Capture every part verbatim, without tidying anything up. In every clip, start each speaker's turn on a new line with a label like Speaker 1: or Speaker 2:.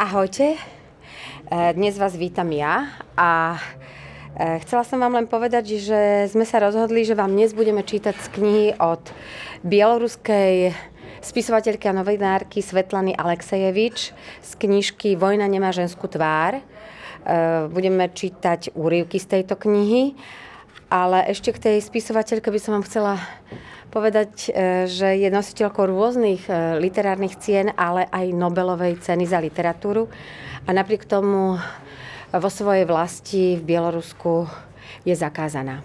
Speaker 1: Ahojte, dnes vás vítam ja a chcela som vám len povedať, že sme sa rozhodli, že vám dnes budeme čítať z knihy od bieloruskej spisovateľky a novinárky Svetlany Aleksejevič z knižky Vojna nemá ženskú tvár. Budeme čítať úryvky z tejto knihy, ale ešte k tej spisovateľke by som vám chcela povedať, že je nositeľkou rôznych literárnych cien, ale aj Nobelovej ceny za literatúru. A napriek tomu vo svojej vlasti v Bielorusku je zakázaná.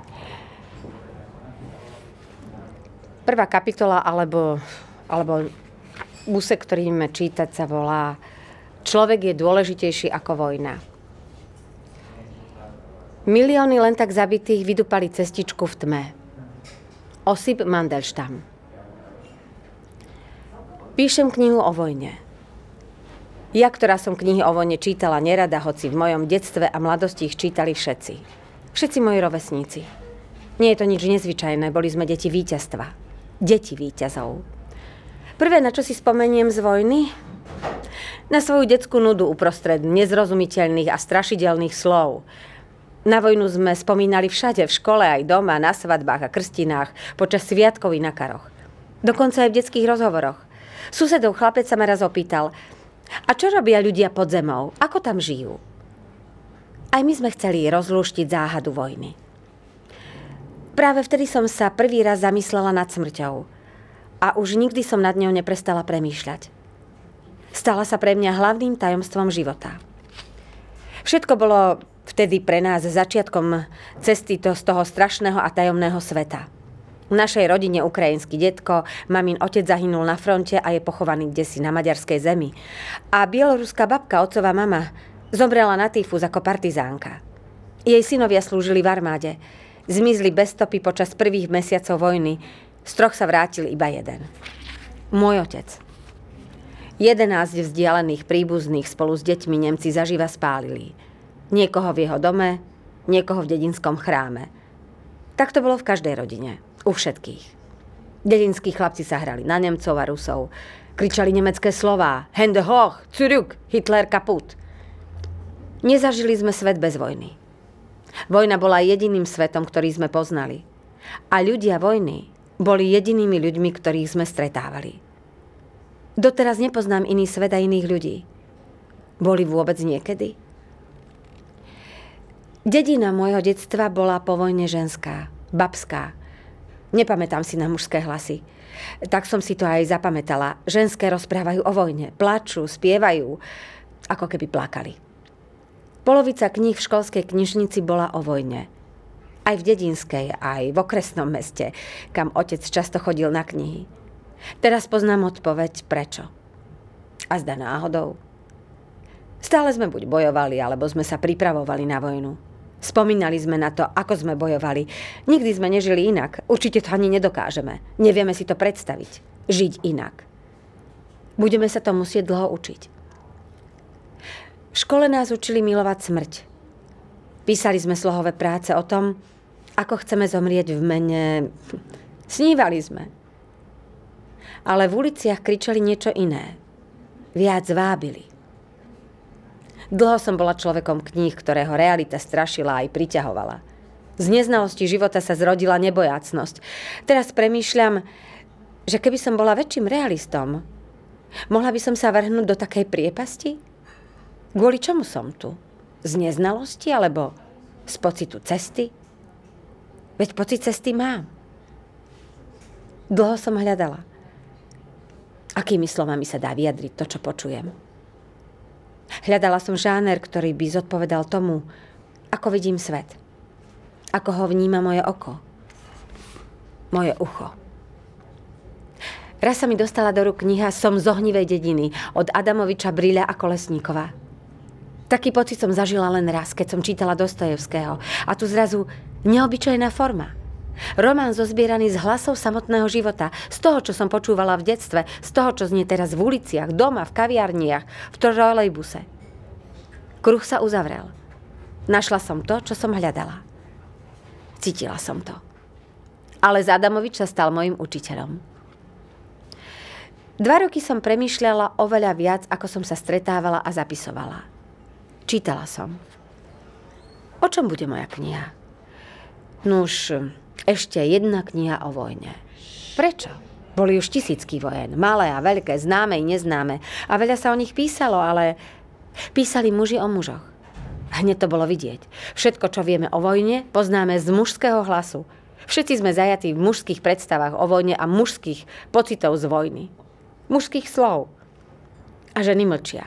Speaker 1: Prvá kapitola, alebo, alebo úsek, ktorý ideme čítať, sa volá Človek je dôležitejší ako vojna. Milióny len tak zabitých vydupali cestičku v tme. Osip Mandelstam. Píšem knihu o vojne. Ja, ktorá som knihy o vojne čítala nerada, hoci v mojom detstve a mladosti ich čítali všetci. Všetci moji rovesníci. Nie je to nič nezvyčajné, boli sme deti víťazstva. Deti víťazov. Prvé, na čo si spomeniem z vojny? Na svoju detskú nudu uprostred nezrozumiteľných a strašidelných slov. Na vojnu sme spomínali všade, v škole, aj doma, na svadbách a krstinách, počas sviatkov i na karoch. Dokonca aj v detských rozhovoroch. Susedov chlapec sa ma raz opýtal, a čo robia ľudia pod zemou? Ako tam žijú? Aj my sme chceli rozlúštiť záhadu vojny. Práve vtedy som sa prvý raz zamyslela nad smrťou. A už nikdy som nad ňou neprestala premýšľať. Stala sa pre mňa hlavným tajomstvom života. Všetko bolo vtedy pre nás začiatkom cesty to z toho strašného a tajomného sveta. V našej rodine ukrajinský detko, mamin otec zahynul na fronte a je pochovaný kdesi na maďarskej zemi. A bieloruská babka, otcová mama, zomrela na tyfus ako partizánka. Jej synovia slúžili v armáde. Zmizli bez stopy počas prvých mesiacov vojny. Z troch sa vrátil iba jeden. Môj otec. Jedenásť vzdialených príbuzných spolu s deťmi Nemci zaživa spálili. Niekoho v jeho dome, niekoho v dedinskom chráme. Tak to bolo v každej rodine, u všetkých. Dedinskí chlapci sa hrali na Nemcov a Rusov. Kričali nemecké slová, Hände hoch, zurück, Hitler kaput. Nezažili sme svet bez vojny. Vojna bola jediným svetom, ktorý sme poznali. A ľudia vojny boli jedinými ľuďmi, ktorých sme stretávali. Doteraz nepoznám iný svet a iných ľudí. Boli vôbec niekedy? Dedina môjho detstva bola po vojne ženská, babská. Nepamätám si na mužské hlasy. Tak som si to aj zapamätala. Ženské rozprávajú o vojne, plačú, spievajú, ako keby plakali. Polovica kníh v školskej knižnici bola o vojne. Aj v dedinskej, aj v okresnom meste, kam otec často chodil na knihy. Teraz poznám odpoveď, prečo. A zda náhodou. Stále sme buď bojovali, alebo sme sa pripravovali na vojnu. Spomínali sme na to, ako sme bojovali. Nikdy sme nežili inak. Určite to ani nedokážeme. Nevieme si to predstaviť. Žiť inak. Budeme sa to musieť dlho učiť. V škole nás učili milovať smrť. Písali sme slohové práce o tom, ako chceme zomrieť v mene... Snívali sme. Ale v uliciach kričali niečo iné. Viac vábili. Dlho som bola človekom kníh, ktorého realita strašila aj priťahovala. Z neznalosti života sa zrodila nebojácnosť. Teraz premýšľam, že keby som bola väčším realistom, mohla by som sa vrhnúť do takej priepasti? Kvôli čomu som tu? Z neznalosti alebo z pocitu cesty? Veď pocit cesty mám. Dlho som hľadala. Akými slovami sa dá vyjadriť to, čo počujem? Hľadala som žáner, ktorý by zodpovedal tomu, ako vidím svet. Ako ho vníma moje oko. Moje ucho. Raz sa mi dostala do rúk kniha Som z ohnivej dediny od Adamoviča, Briľa a Kolesníkova. Taký pocit som zažila len raz, keď som čítala Dostojevského. A tu zrazu neobyčajná forma. Román zozbieraný z hlasov samotného života, z toho, čo som počúvala v detstve, z toho, čo znie teraz v uliciach, doma, v kaviarniach, v trolejbuse. Kruh sa uzavrel. Našla som to, čo som hľadala. Cítila som to. Ale Adamovič sa stal mojim učiteľom. Dva roky som premýšľala oveľa viac, ako som sa stretávala a zapisovala. Čítala som. O čom bude moja kniha? Nuž, ešte jedna kniha o vojne. Prečo? Boli už tisícky vojen, malé a veľké, známe i neznáme. A veľa sa o nich písalo, ale písali muži o mužoch. Hneď to bolo vidieť. Všetko, čo vieme o vojne, poznáme z mužského hlasu. Všetci sme zajatí v mužských predstavách o vojne a mužských pocitov z vojny. Mužských slov. A ženy mlčia.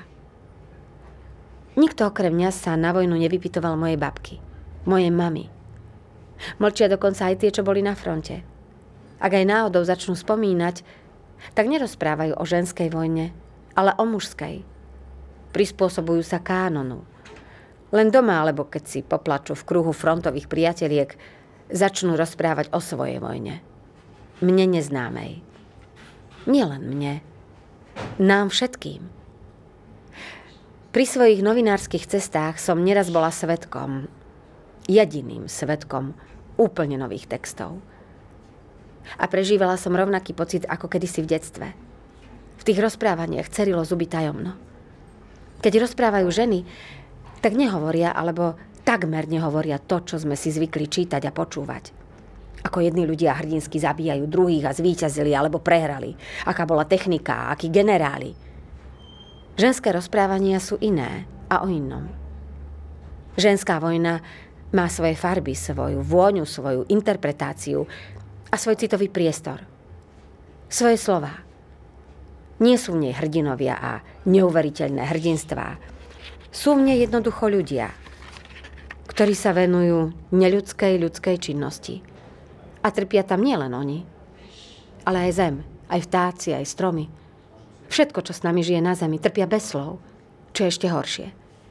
Speaker 1: Nikto okrem mňa sa na vojnu nevypytoval mojej babky, mojej mamy. Mlčia dokonca aj tie, čo boli na fronte. Ak aj náhodou začnú spomínať, tak nerozprávajú o ženskej vojne, ale o mužskej. Prispôsobujú sa kánonu. Len doma, alebo keď si poplačú v kruhu frontových priateliek, začnú rozprávať o svojej vojne. Mne neznámej. Nielen mne. Nám všetkým. Pri svojich novinárskych cestách som neraz bola svedkom, jediným svedkom úplne nových textov. A prežívala som rovnaký pocit ako kedysi v detstve. V tých rozprávaniach cerilo zuby tajomno. Keď rozprávajú ženy, tak nehovoria, alebo takmer nehovoria to, čo sme si zvykli čítať a počúvať. Ako jedni ľudia hrdinsky zabíjajú druhých a zvíťazili alebo prehrali. Aká bola technika, akí generáli. Ženské rozprávania sú iné a o inom. Ženská vojna má svoje farby, svoju vôňu, svoju interpretáciu a svoj citový priestor. Svoje slová. Nie sú v nej hrdinovia a neuveriteľné hrdinstvá. Sú v nej jednoducho ľudia, ktorí sa venujú neľudskej ľudskej činnosti. A trpia tam nielen oni, ale aj zem, aj vtáci, aj stromy. Všetko, čo s nami žije na zemi, trpia bez slov, čo je ešte horšie.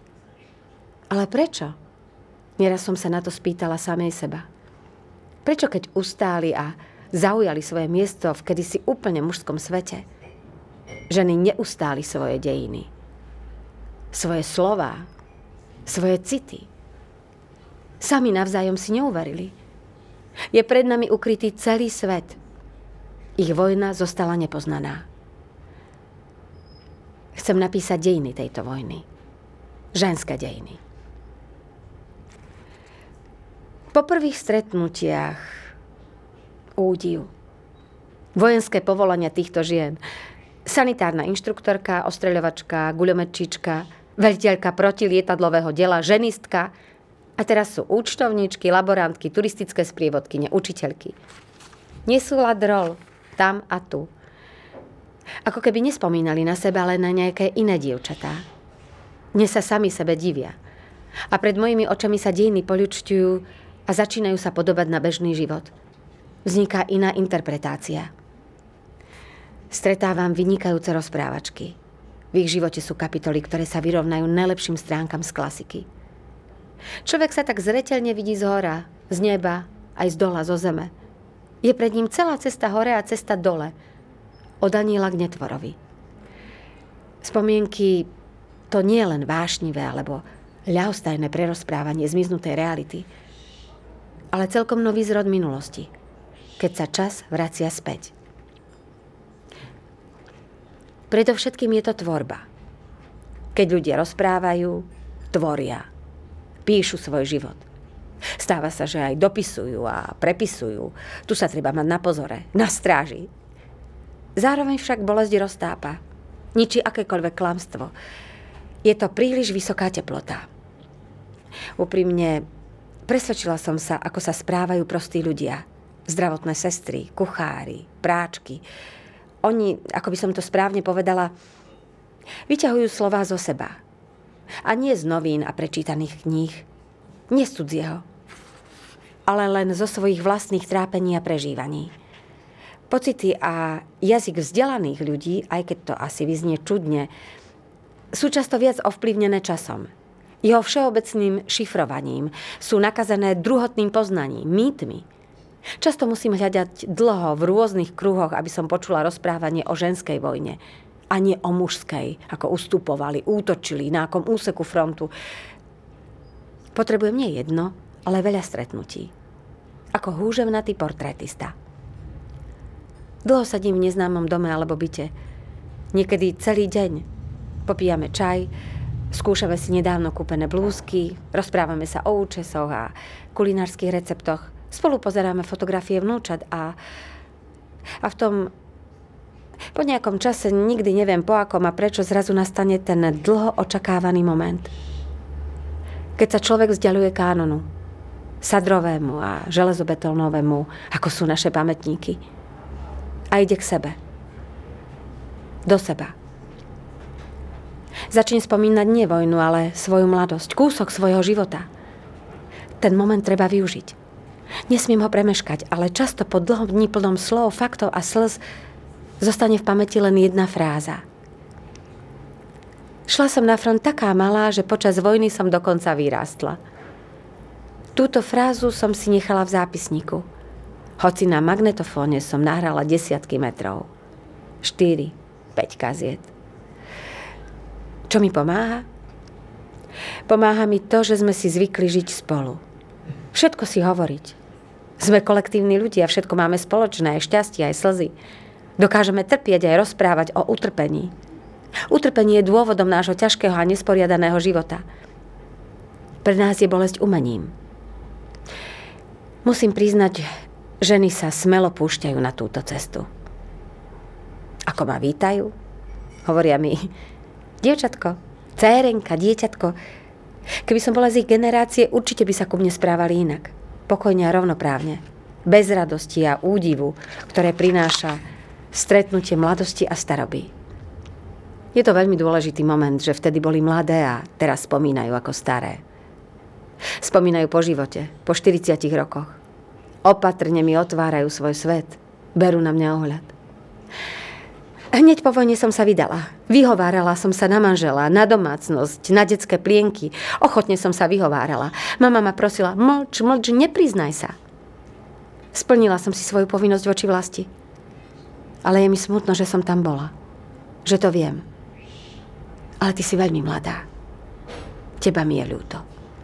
Speaker 1: Ale prečo? Nieraz som sa na to spýtala samej seba. Prečo, keď ustáli a zaujali svoje miesto v kedysi úplne mužskom svete, ženy neustáli svoje dejiny, svoje slová, svoje city? Sami navzájom si neuverili. Je pred nami ukrytý celý svet. Ich vojna zostala nepoznaná. Chcem napísať dejiny tejto vojny. Ženské dejiny. Po prvých stretnutiach údiv. Vojenské povolania týchto žien. Sanitárna inštruktorka, ostreľovačka, guľometčička, veliteľka protilietadlového dela, ženistka. A teraz sú účtovníčky, laborantky, turistické sprievodkyne, učiteľky. Nesúlad rol tam a tu. Ako keby nespomínali na seba, ale na nejaké iné dievčatá. Dnes sa sami sebe divia. A pred mojimi očami sa dejiny poľučťujú a začínajú sa podobať na bežný život. Vzniká iná interpretácia. Stretávam vynikajúce rozprávačky. V ich živote sú kapitoly, ktoré sa vyrovnajú najlepším stránkam z klasiky. Človek sa tak zreteľne vidí z hora, z neba, aj z dola, zo zeme. Je pred ním celá cesta hore a cesta dole. Od aniela k netvorovi. Spomienky to nie je len vášnivé alebo ľahostajné prerozprávanie zmiznutej reality, ale celkom nový zrod minulosti, keď sa čas vracia späť. Predovšetkým je to tvorba. Keď ľudia rozprávajú, tvoria. Píšu svoj život. Stáva sa, že aj dopisujú a prepisujú. Tu sa treba mať na pozore, na stráži. Zároveň však bolesť roztápa. Ničí akékoľvek klamstvo. Je to príliš vysoká teplota. Úprimne, presvedčila som sa, ako sa správajú prostí ľudia. Zdravotné sestry, kuchári, práčky. Oni, ako by som to správne povedala, vyťahujú slová zo seba. A nie z novín a prečítaných kníh. Nie z cudzieho. Ale len zo svojich vlastných trápení a prežívaní. Pocity a jazyk vzdelaných ľudí, aj keď to asi vyznie čudne, sú často viac ovplyvnené časom. Jeho všeobecným šifrovaním sú nakazené druhotným poznaním, mýtmi. Často musím hľadať dlho v rôznych kruhoch, aby som počula rozprávanie o ženskej vojne. A nie o mužskej, ako ustupovali, útočili, na akom úseku frontu. Potrebujem nie jedno, ale veľa stretnutí. Ako húževnatý portrétista. Dlho sedím v neznámom dome alebo byte. niekedy celý deň. Popíjame čaj, skúšame si nedávno kúpené blúzky, rozprávame sa o účesoch a kulinárskych receptoch. Spolu pozeráme fotografie vnúčat a, a v tom po nejakom čase, nikdy neviem po akom a prečo, zrazu nastane ten dlho očakávaný moment. Keď sa človek vzdialuje kánonu, sadrovému a železobetónovému, ako sú naše pamätníky, a ide k sebe. Do seba. Začne spomínať nie vojnu, ale svoju mladosť, kúsok svojho života. Ten moment treba využiť. Nesmiem ho premeškať, ale často po dlhom dni plnom slov, faktov a slz zostane v pamäti len jedna fráza. Šla som na front taká malá, že počas vojny som dokonca vyrástla. Túto frázu som si nechala v zápisníku. Hoci na magnetofóne som nahrala desiatky metrov. Štyri, päť kaziet. Čo mi pomáha? Pomáha mi to, že sme si zvykli žiť spolu. Všetko si hovoriť. Sme kolektívni ľudia, všetko máme spoločné, aj šťastie, aj slzy. Dokážeme trpieť aj rozprávať o utrpení. Utrpenie je dôvodom nášho ťažkého a nesporiadaného života. Pre nás je bolesť umením. Musím priznať, ženy sa smelo púšťajú na túto cestu. Ako ma vítajú? Hovoria mi: dievčatko, cérenka, dieťatko. Keby som bola z ich generácie, určite by sa ku mne správali inak. Pokojne a rovnoprávne. Bez radosti a údivu, ktoré prináša stretnutie mladosti a staroby. Je to veľmi dôležitý moment, že vtedy boli mladé a teraz spomínajú ako staré. Spomínajú po živote, po štyridsiatich rokoch. Opatrne mi otvárajú svoj svet. Berú na mňa ohľad. Hneď po vojne som sa vydala. Vyhovárala som sa na manžela, na domácnosť, na detské plienky. Ochotne som sa vyhovárala. Mama ma prosila: mlč, mlč, nepriznaj sa. Splnila som si svoju povinnosť voči vlasti. Ale je mi smutno, že som tam bola. Že to viem. Ale ty si veľmi mladá. Teba mi je ľúto.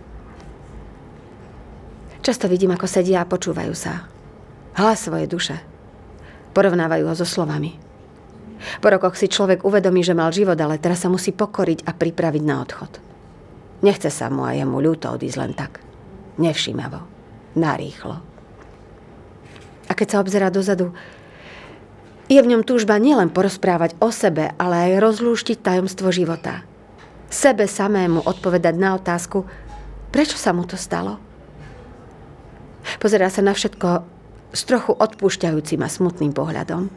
Speaker 1: Často vidím, ako sedia a počúvajú sa. Hlas svojej duše. Porovnávajú ho so slovami. Po rokoch si človek uvedomí, že mal život, ale teraz sa musí pokoriť a pripraviť na odchod. Nechce sa mu a je mu ľúto odísť len tak. Nevšímavo. Narýchlo. A keď sa obzerá dozadu, je v ňom túžba nielen porozprávať o sebe, ale aj rozlúštiť tajomstvo života. Sebe samému odpovedať na otázku, prečo sa mu to stalo. Pozerá sa na všetko s trochu odpúšťajúcim a smutným pohľadom.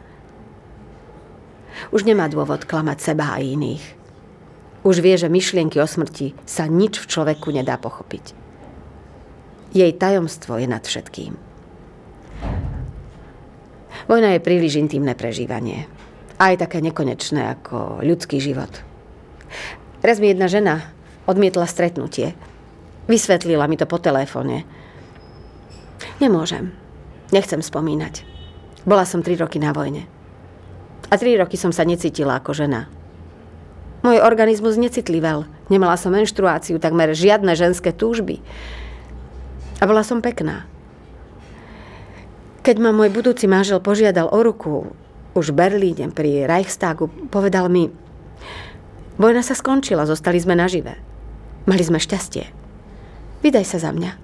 Speaker 1: Už nemá dôvod klamať seba a iných. Už vie, že myšlienky o smrti sa nič v človeku nedá pochopiť. Jej tajomstvo je nad všetkým. Vojna je príliš intimné prežívanie. Aj také nekonečné ako ľudský život. Raz mi jedna žena odmietla stretnutie. Vysvetlila mi to po telefóne. Nemôžem. Nechcem spomínať. Bola som tri roky na vojne. A tri roky som sa necítila ako žena. Môj organizmus necitlivel. Nemala som menštruáciu, takmer žiadne ženské túžby. A bola som pekná. Keď ma môj budúci manžel požiadal o ruku, už v Berlíne pri Reichstagu, povedal mi: vojna sa skončila, zostali sme nažive. Mali sme šťastie. Vydaj sa za mňa.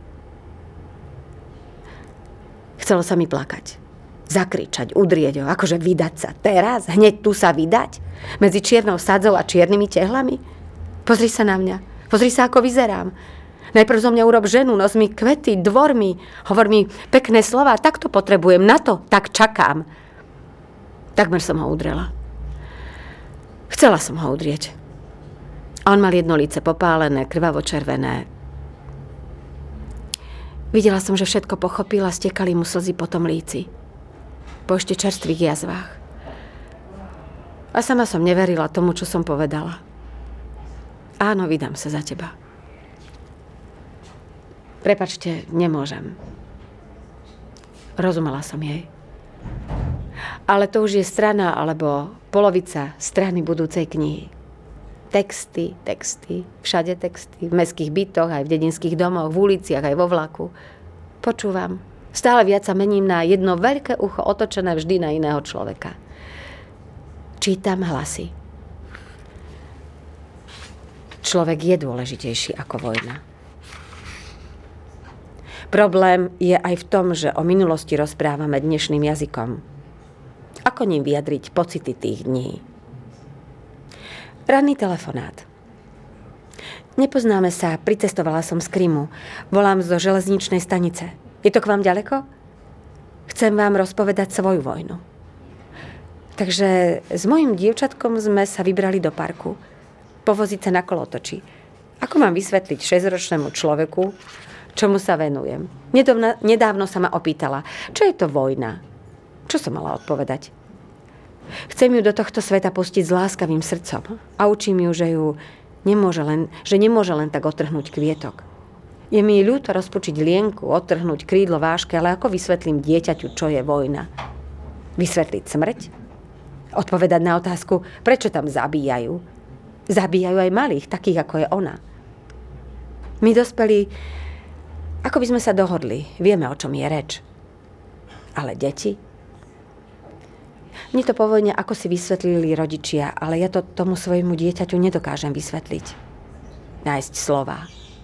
Speaker 1: Chcelo sa mi plakať. Zakričať, udrieť ho, akože vydať sa. Teraz? Hneď tu sa vydať? Medzi čiernou sadzou a čiernymi tehlami? Pozri sa na mňa. Pozri sa, ako vyzerám. Najprv zo mňa urob ženu, nos mi kvety, dvor mi, hovor mi pekné slova. Tak to potrebujem, na to tak čakám. Takmer som ho udrela. Chcela som ho udrieť. A on mal jedno líce popálené, krvavo červené. Videla som, že všetko pochopil a stekali mu slzy po tom líci. Po ešte čerstvých jazvách. A sama som neverila tomu, čo som povedala. Áno, vydám sa za teba. Prepačte, nemôžem. Rozumela som jej. Ale to už je strana alebo polovica strany budúcej knihy. Texty, texty, všade texty, v mestských bytoch, aj v dedinských domoch, v uliciach, aj vo vlaku. Počúvam. Stále viac sa mením na jedno veľké ucho otočené vždy na iného človeka. Čítam hlasy. človek je dôležitejší ako vojna. Problém je aj v tom, že o minulosti rozprávame dnešným jazykom. Ako ním vyjadriť pocity tých dní? Ranný telefonát. Nepoznáme sa, pricestovala som z Krymu. Volám zo železničnej stanice. Je to k vám ďaleko? Chcem vám rozpovedať svoju vojnu. Takže s mojím dievčatkom sme sa vybrali do parku. Povoziť sa na kolotoči. Ako mám vysvetliť šesťročnému človeku, čomu sa venujem? Nedávno, nedávno sa ma opýtala, čo je to vojna? Čo som mala odpovedať? Chcem ju do tohto sveta pustiť s láskavým srdcom a učím ju, že ju nemôže len, že nemôže len tak otrhnúť kvietok. Je mi ľúto rozpučiť lienku, otrhnúť krídlo váške, ale ako vysvetlím dieťaťu, čo je vojna? Vysvetliť smrť? Odpovedať na otázku, prečo tam zabíjajú? Zabíjajú aj malých, takých ako je ona. My dospelí, ako by sme sa dohodli, vieme, o čom je reč. Ale deti? Mne to po vojne ako si vysvetlili rodičia, ale ja to tomu svojmu dieťaťu nedokážem vysvetliť. Nájsť slová.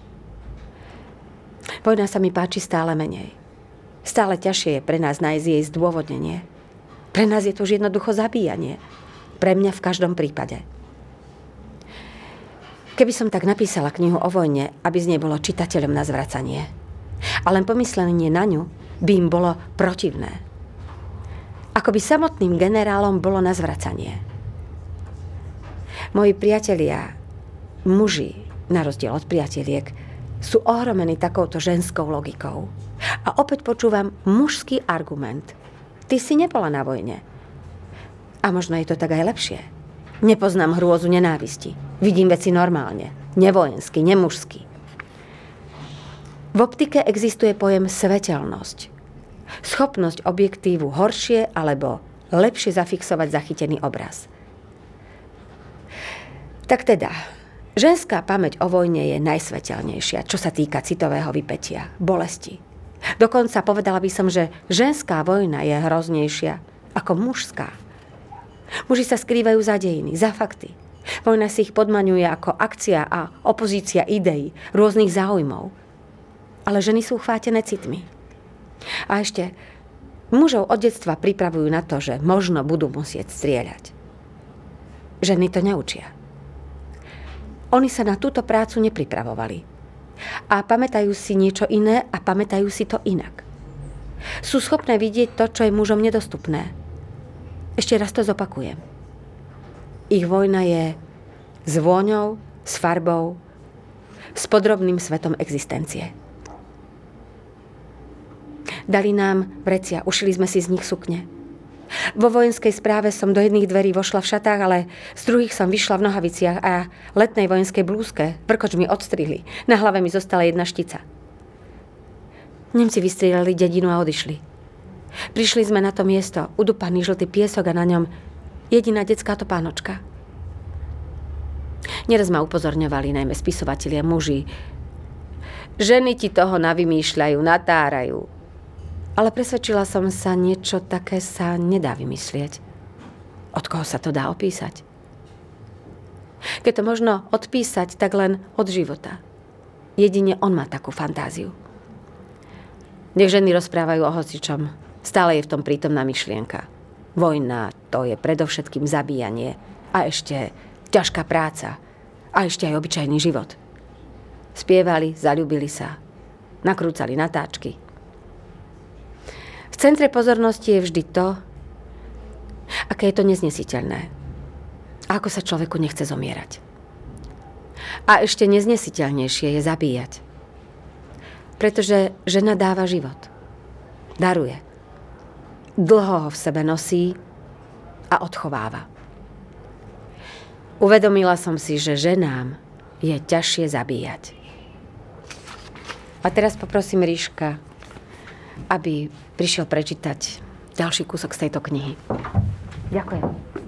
Speaker 1: Vojna sa mi páči stále menej. Stále ťažšie je pre nás nájsť jej zdôvodnenie. Pre nás je to už jednoducho zabíjanie. Pre mňa v každom prípade. Keby som tak napísala knihu o vojne, aby z nej bolo čitateľom na zvracanie. A len pomyslenie na ňu by im bolo protivné. Ako by samotným generálom bolo na zvracanie. Moji priatelia, muži, na rozdiel od priateliek, sú ohromení takouto ženskou logikou. A opäť počúvam mužský argument. Ty si nebola na vojne. A možno je to tak aj lepšie. Nepoznám hrôzu nenávisti. Vidím veci normálne. Nevojensky, nemužsky. V optike existuje pojem svetelnosť. Schopnosť objektívu horšie alebo lepšie zafixovať zachytený obraz. Tak teda, ženská pamäť o vojne je najsvetelnejšia, čo sa týka citového vypätia, bolesti. Dokonca povedala by som, že ženská vojna je hroznejšia ako mužská. Muži sa skrývajú za dejiny, za fakty. Vojna si ich podmaňuje ako akcia a opozícia ideí, rôznych záujmov. Ale ženy sú chvátené citmi. A ešte, mužov od detstva pripravujú na to, že možno budú musieť strieľať. Ženy to neučia. Oni sa na túto prácu nepripravovali. A pamätajú si niečo iné a pamätajú si to inak. Sú schopné vidieť to, čo je mužom nedostupné. Ešte raz to zopakujem. Ich vojna je s vôňou, s farbou, s podrobným svetom existencie. Dali nám vrecia, ušili sme si z nich sukne. Vo vojenskej správe som do jedných dverí vošla v šatách, ale z druhých som vyšla v nohaviciach a letnej vojenskej blúzke. Vrkoč mi odstrihli. Na hlave mi zostala jedna štica. Nemci vystrieľali dedinu a odišli. Prišli sme na to miesto, udupaný žltý piesok a na ňom jediná detská topánočka. Neraz ma upozorňovali, najmä spisovatelia muži. Ženy ti toho navymýšľajú, natárajú. Ale presvedčila som sa, niečo také sa nedá vymyslieť. Od koho sa to dá opísať? Keď to možno odpísať, tak len od života. Jedine on má takú fantáziu. Nech ženy rozprávajú o hocičom. Stále je v tom prítomná myšlienka. Vojna, to je predovšetkým zabíjanie. A ešte ťažká práca. A ešte aj obyčajný život. Spievali, zaľúbili sa. Nakrúcali natáčky. V centre pozornosti je vždy to, aké je to neznesiteľné. A ako sa človeku nechce zomierať. A ešte neznesiteľnejšie je zabíjať. Pretože žena dáva život. Daruje. Dlho ho v sebe nosí a odchováva. Uvedomila som si, že ženám je ťažšie zabíjať. A teraz poprosím Ríška, aby prišiel prečítať ďalší kúsok z tejto knihy. Ďakujem.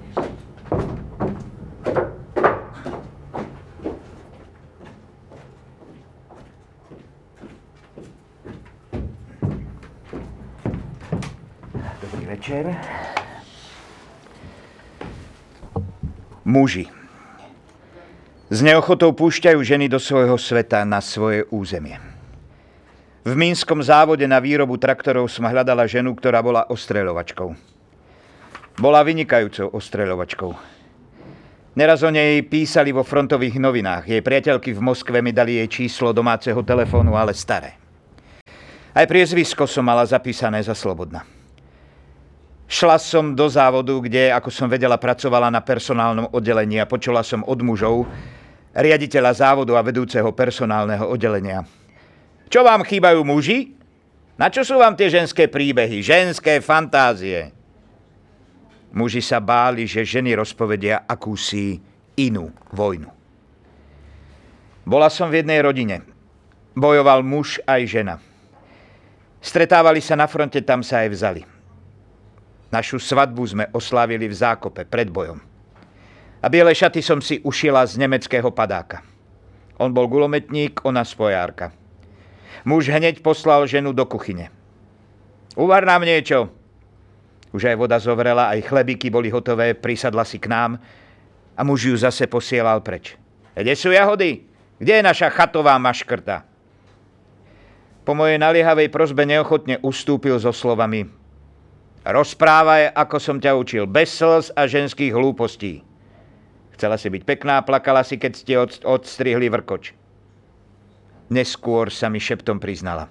Speaker 2: Dobrý večer. Muži. S neochotou púšťajú ženy do svojho sveta, na svoje územie. V Minskom závode na výrobu traktorov som hľadala ženu, ktorá bola ostreľovačkou. Bola vynikajúcou ostreľovačkou. Neraz o nej písali vo frontových novinách. Jej priateľky v Moskve mi dali jej číslo domáceho telefónu, ale staré. Aj priezvisko som mala zapísané za Slobodna. Šla som do závodu, kde, ako som vedela, pracovala na personálnom oddelení a počula som od mužov, riaditeľa závodu a vedúceho personálneho oddelenia. Čo vám chýbajú muži? Na čo sú vám tie ženské príbehy, ženské fantázie? Muži sa báli, že ženy rozpovedia akúsi inú vojnu. Bola som v jednej rodine. Bojoval muž aj žena. Stretávali sa na fronte, tam sa aj vzali. Našu svadbu sme oslávili v Zákope pred bojom. A biele šaty som si ušila z nemeckého padáka. On bol gulometník, ona spojárka. Muž hneď poslal ženu do kuchyne. Uvar nám niečo. Už aj voda zovrela, aj chlebíky boli hotové, prisadla si k nám a muž ju zase posielal preč. Kde sú jahody? Kde je naša chatová maškrta? Po mojej naliehavej prosbe neochotne ustúpil so slovami: Rozprávaj, ako som ťa učil, bez slz a ženských hlúpostí. Chcela si byť pekná, plakala si, keď ste od, odstrihli vrkoč. Neskôr sa mi šeptom priznala.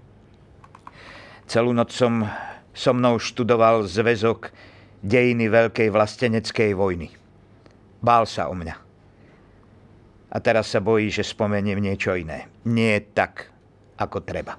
Speaker 2: Celú noc som so mnou študoval zväzok Dejiny veľkej vlasteneckej vojny. Bál sa o mňa. A teraz sa bojí, že spomeniem niečo iné. Nie tak, ako treba.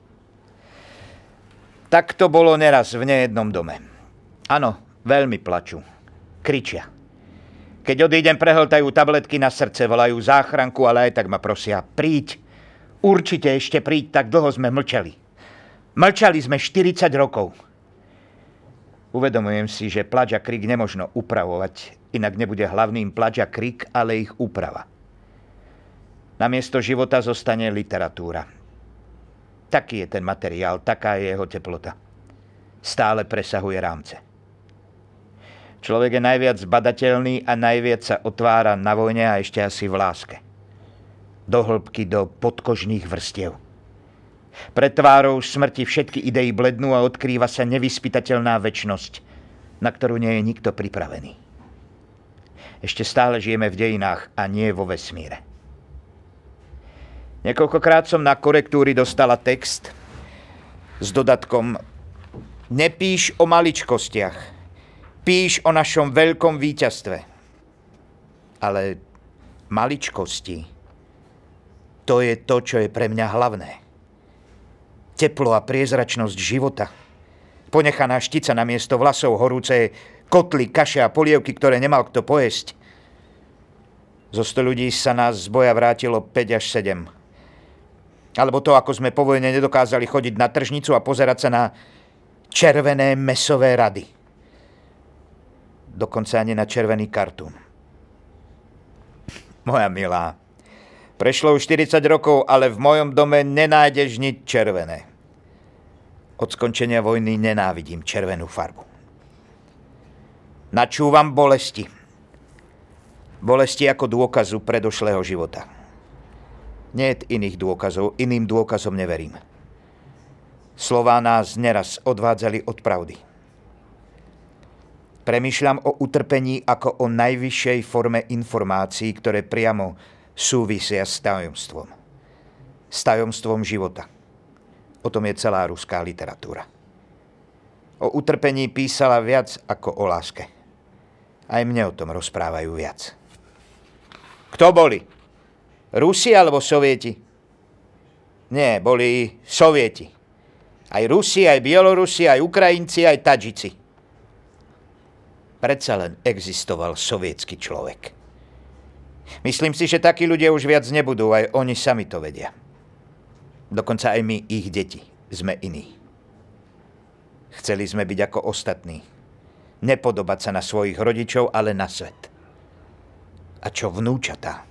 Speaker 2: Tak to bolo neraz v nejednom dome. Áno, veľmi plačú. Kričia. Keď odídem, prehltajú tabletky na srdce, volajú záchranku, ale aj tak ma prosia: príď. Určite ešte príď, tak dlho sme mlčali. Mlčali sme štyridsať rokov. Uvedomujem si, že plač a krik nemožno upravovať, inak nebude hlavným plač a krik, ale ich úprava. Namiesto života zostane literatúra. Taký je ten materiál, taká je jeho teplota. Stále presahuje rámce. Človek je najviac badateľný a najviac sa otvára na vojne a ešte asi v láske. Do hĺbky, do podkožných vrstiev. Pred tvárou smrti všetky idei blednú a odkrýva sa nevyspytateľná večnosť, na ktorú nie je nikto pripravený. Ešte stále žijeme v dejinách a nie vo vesmíre. Niekoľkokrát som na korektúry dostala text s dodatkom: nepíš o maličkostiach, píš o našom veľkom víťazstve. Ale maličkosti, to je to, čo je pre mňa hlavné. Teplo a priezračnosť života, ponechaná štica namiesto vlasov, horúce kotly, kaše a polievky, ktoré nemal kto pojesť. Zo sto ľudí sa nás z boja vrátilo päť až sedem. Alebo to, ako sme po vojne nedokázali chodiť na tržnicu a pozerať sa na červené mäsové rady. Dokonca ani na červený kartún. Moja milá, prešlo už štyridsať rokov, ale v mojom dome nenájdeš nič červené. Od skončenia vojny nenávidím červenú farbu. Načúvam bolesti. Bolesti ako dôkazu predošlého života. Nie je iných dôkazov, iným dôkazom neverím. Slová nás neraz odvádzali od pravdy. Premýšľam o utrpení ako o najvyššej forme informácií, ktoré priamo súvisia s tajomstvom. S tajomstvom života. O tom je celá ruská literatúra. O utrpení písala viac ako o láske. Aj mne o tom rozprávajú viac. Kto boli? Rusi alebo Sovieti? Nie, boli Sovieti. Aj Rusi, aj Bielorusi, aj Ukrajinci, aj Tadžici. Predsa len existoval sovietský človek. Myslím si, že takí ľudia už viac nebudú, aj oni sami to vedia. Dokonca aj my, ich deti, sme iní. Chceli sme byť ako ostatní. Nepodobať sa na svojich rodičov, ale na svet. A čo vnúčatá?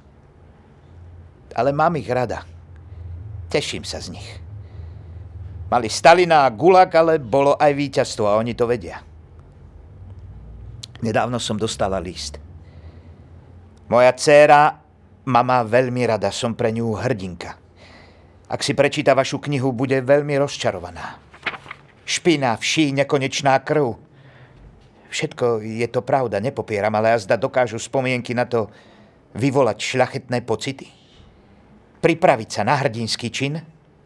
Speaker 2: Ale mám ich rada. Teším sa z nich. Mali Stalina a Gulag, ale bolo aj víťazstvo a oni to vedia. Nedávno som dostala list. Moja dcéra ma má veľmi rada, som pre ňu hrdinka. Ak si prečíta vašu knihu, bude veľmi rozčarovaná. Špina, vší, nekonečná krv. Všetko je to pravda, nepopieram, ale azda dokážu spomienky na to vyvolať šľachetné pocity? Pripraviť sa na hrdinský čin?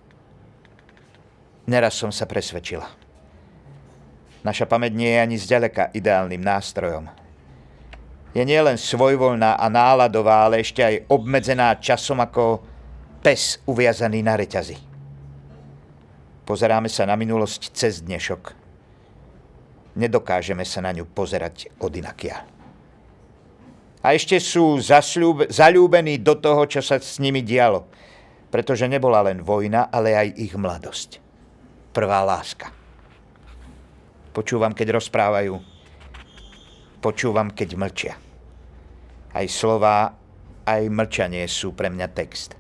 Speaker 2: Neraz som sa presvedčila. Naša pamäť nie je ani zďaleka ideálnym nástrojom. Je nielen svojvoľná a náladová, ale ešte aj obmedzená časom ako pes uviazaný na reťazi. Pozeráme sa na minulosť cez dnešok. Nedokážeme sa na ňu pozerať odinakia. A ešte sú zasľúb, zaľúbení do toho, čo sa s nimi dialo. Pretože nebola len vojna, ale aj ich mladosť. Prvá láska. Počúvam, keď rozprávajú. Počúvam, keď mlčia. Aj slová, aj mlčanie sú pre mňa text.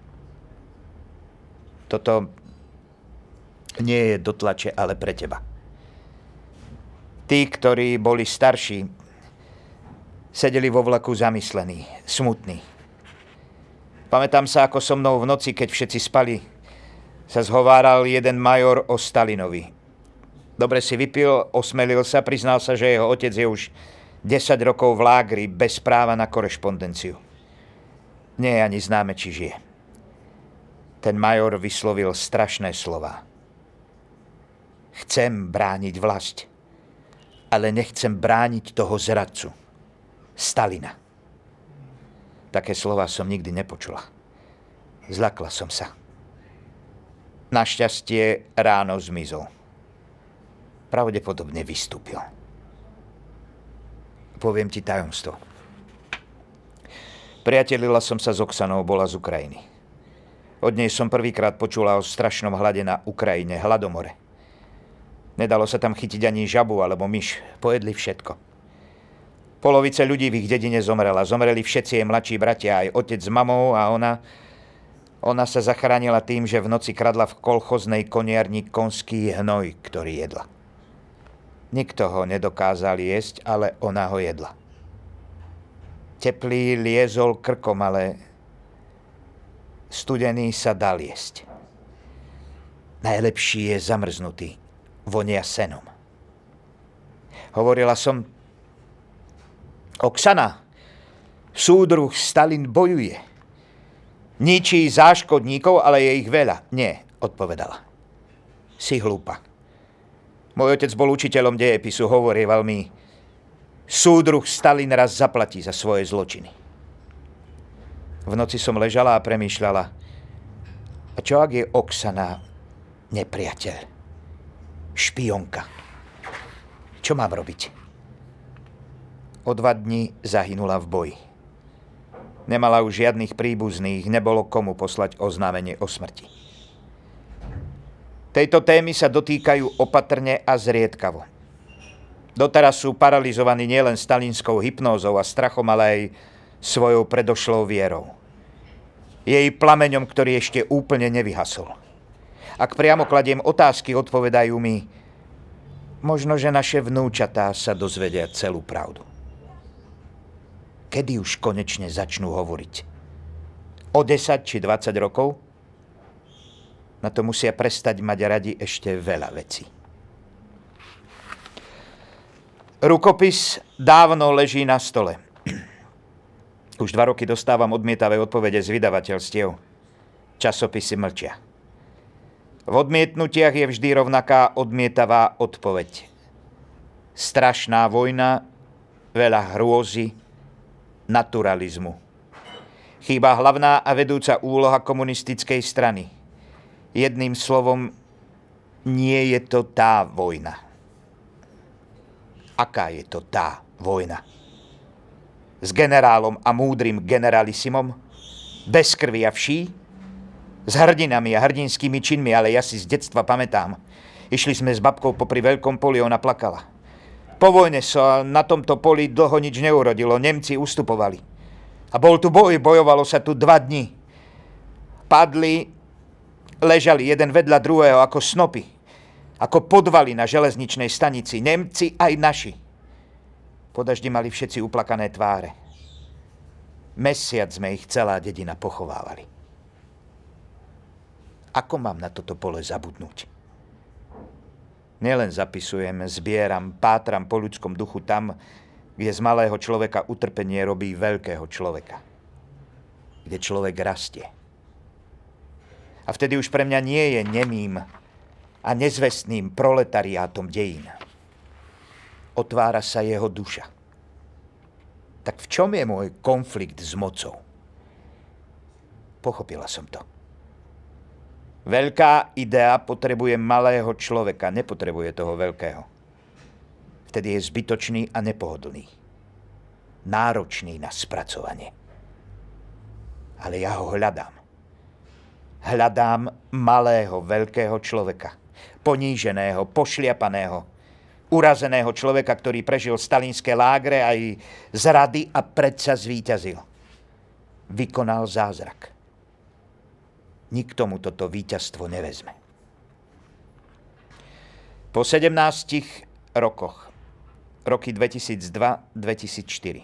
Speaker 2: Toto nie je do tlače, ale pre teba. Tí, ktorí boli starší, sedeli vo vlaku zamyslení, smutní. Pamätám sa, ako so mnou v noci, keď všetci spali, sa zhováral jeden major o Stalinovi. Dobre si vypil, osmelil sa, priznal sa, že jeho otec je už desať rokov v lágri bez práva na korešpondenciu. Nie je ani známe, či žije. Ten major vyslovil strašné slová. Chcem brániť vlast, ale nechcem brániť toho zradcu, Stalina. Také slová som nikdy nepočula. Zľakla som sa. Našťastie ráno zmizol. Pravdepodobne vystúpil. Poviem ti tajomstvo. Priatelila som sa s Oksanou, bola z Ukrajiny. Od nej som prvýkrát počula o strašnom hlade na Ukrajine, hladomore. Nedalo sa tam chytiť ani žabu alebo myš. Pojedli všetko. Polovica ľudí v ich dedine zomrela. Zomreli všetci jej mladší bratia, aj otec s mamou a ona... Ona sa zachránila tým, že v noci kradla v kolchoznej koniarni konský hnoj, ktorý jedla. Nikto ho nedokázal jesť, ale ona ho jedla. Teplý liezol krkom, ale studený sa dal jesť. Najlepší je zamrznutý. Vonia senom. Hovorila som, Oksana, súdruh Stalin bojuje. Ničí záškodníkov, ale je ich veľa. Nie, odpovedala. Si hlúpa. Môj otec bol učiteľom dejepisu, hovorieval mi, súdruh Stalin raz zaplatí za svoje zločiny. V noci som ležala a premýšľala, a čo ak je Oksana nepriateľ? Špionka. Čo mám robiť? O dva dni zahynula v boji. Nemala už žiadnych príbuzných, nebolo komu poslať oznámenie o smrti. Tejto témy sa dotýkajú opatrne a zriedkavo. Doteraz sú paralizovaní nielen stalinskou hypnózou a strachom, ale aj svojou predošlou vierou. Jej plameňom, ktorý ešte úplne nevyhasol. Ak priamo kladiem otázky, odpovedajú mi, možno, že naše vnúčatá sa dozvedia celú pravdu. Kedy už konečne začnú hovoriť? O desať či dvadsať rokov? Na to musia prestať mať radi ešte veľa vecí. Rukopis dávno leží na stole. Už dva roky dostávam odmietavé odpovede z vydavateľstiev. Časopisy mlčia. V odmietnutiach je vždy rovnaká odmietavá odpoveď. Strašná vojna, veľa hrôzy, naturalizmu. Chýba hlavná a vedúca úloha komunistickej strany. Jedným slovom, nie je to tá vojna. Aká je to tá vojna? S generálom a múdrym generalisimom? Bez krvi a vší? S hrdinami a hrdinskými činmi, ale ja si z detstva pamätám. Išli sme s babkou popri veľkom poli, ona plakala. Po vojne sa na tomto poli dlho nič neurodilo, Nemci ustupovali. A bol tu boj, bojovalo sa tu dva dni. Padli, ležali jeden vedľa druhého ako snopy, ako podvaly na železničnej stanici, Nemci aj naši. Po daždi mali všetci uplakané tváre. Mesiac sme ich celá dedina pochovávali. Ako mám na toto pole zabudnúť? Nielen zapisujem, zbieram, pátram po ľudskom duchu tam, kde z malého človeka utrpenie robí veľkého človeka. Kde človek rastie. A vtedy už pre mňa nie je nemým a nezvestným proletariátom dejín. Otvára sa jeho duša. Tak v čom je môj konflikt s mocou? Pochopila som to. Veľká idea potrebuje malého človeka, nepotrebuje toho veľkého. Vtedy je zbytočný a nepohodlný. Náročný na spracovanie. Ale ja ho hľadám. Hľadám malého, veľkého človeka. Poníženého, pošliapaného, urazeného človeka, ktorý prežil stalinské lágre aj zrady a predsa zvíťazil. Vykonal zázrak. Nikto mu toto víťazstvo nevezme. Po sedemnástich rokoch, roky dvetisícdva dvetisícštyri,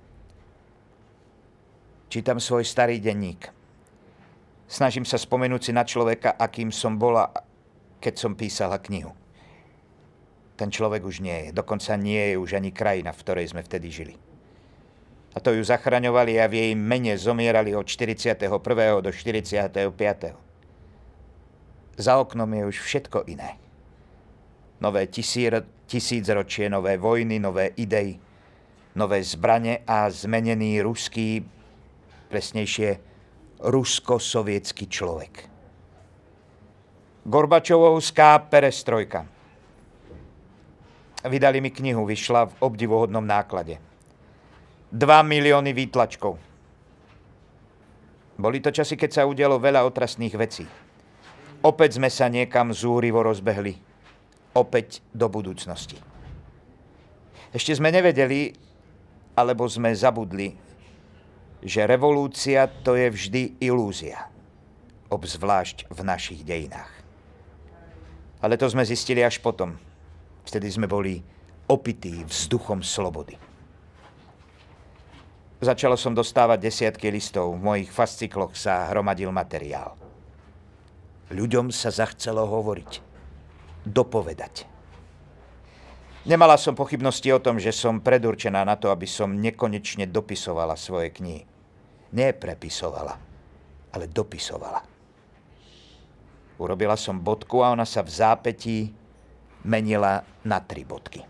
Speaker 2: čítam svoj starý denník. Snažím sa spomenúť si na človeka, akým som bola, keď som písala knihu. Ten človek už nie je, dokonca nie je už ani krajina, v ktorej sme vtedy žili. A to ju zachraňovali a v jej mene zomierali od štyridsiateho prvého do štyridsiateho piateho Za oknom je už všetko iné. Nové tisír, tisícročie, nové vojny, nové idei, nové zbrane a zmenený ruský, presnejšie rusko-sovietský človek. Gorbačovovská perestrojka. Vydali mi knihu, vyšla v obdivuhodnom náklade. Dva milióny výtlačkov. Boli to časy, keď sa udialo veľa otrasných vecí. Opäť sme sa niekam zúrivo rozbehli. Opäť do budúcnosti. Ešte sme nevedeli, alebo sme zabudli, že revolúcia to je vždy ilúzia. Obzvlášť v našich dejinách. Ale to sme zistili až potom. Vtedy sme boli opití vzduchom slobody. Začalo som dostávať desiatky listov, v mojich fascikloch sa hromadil materiál. Ľuďom sa zachcelo hovoriť, dopovedať. Nemala som pochybnosti o tom, že som predurčená na to, aby som nekonečne dopisovala svoje knihy. Nie prepisovala, ale dopisovala. Urobila som bodku a ona sa v zápätí menila na tri bodky.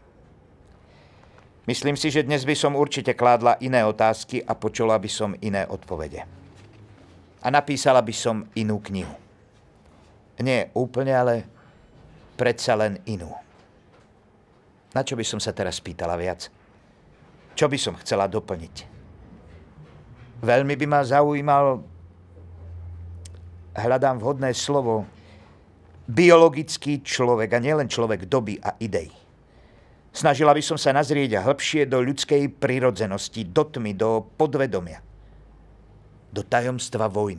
Speaker 2: Myslím si, že dnes by som určite kládla iné otázky a počula by som iné odpovede. A napísala by som inú knihu. Nie úplne, ale predsa len inú. Na čo by som sa teraz pýtala viac? Čo by som chcela doplniť? Veľmi by ma zaujímal, hľadám vhodné slovo, biologický človek a nielen človek doby a idej. Snažila by som sa nazrieť hĺbšie do ľudskej prirodzenosti, do tmy, do podvedomia, do tajomstva vojny.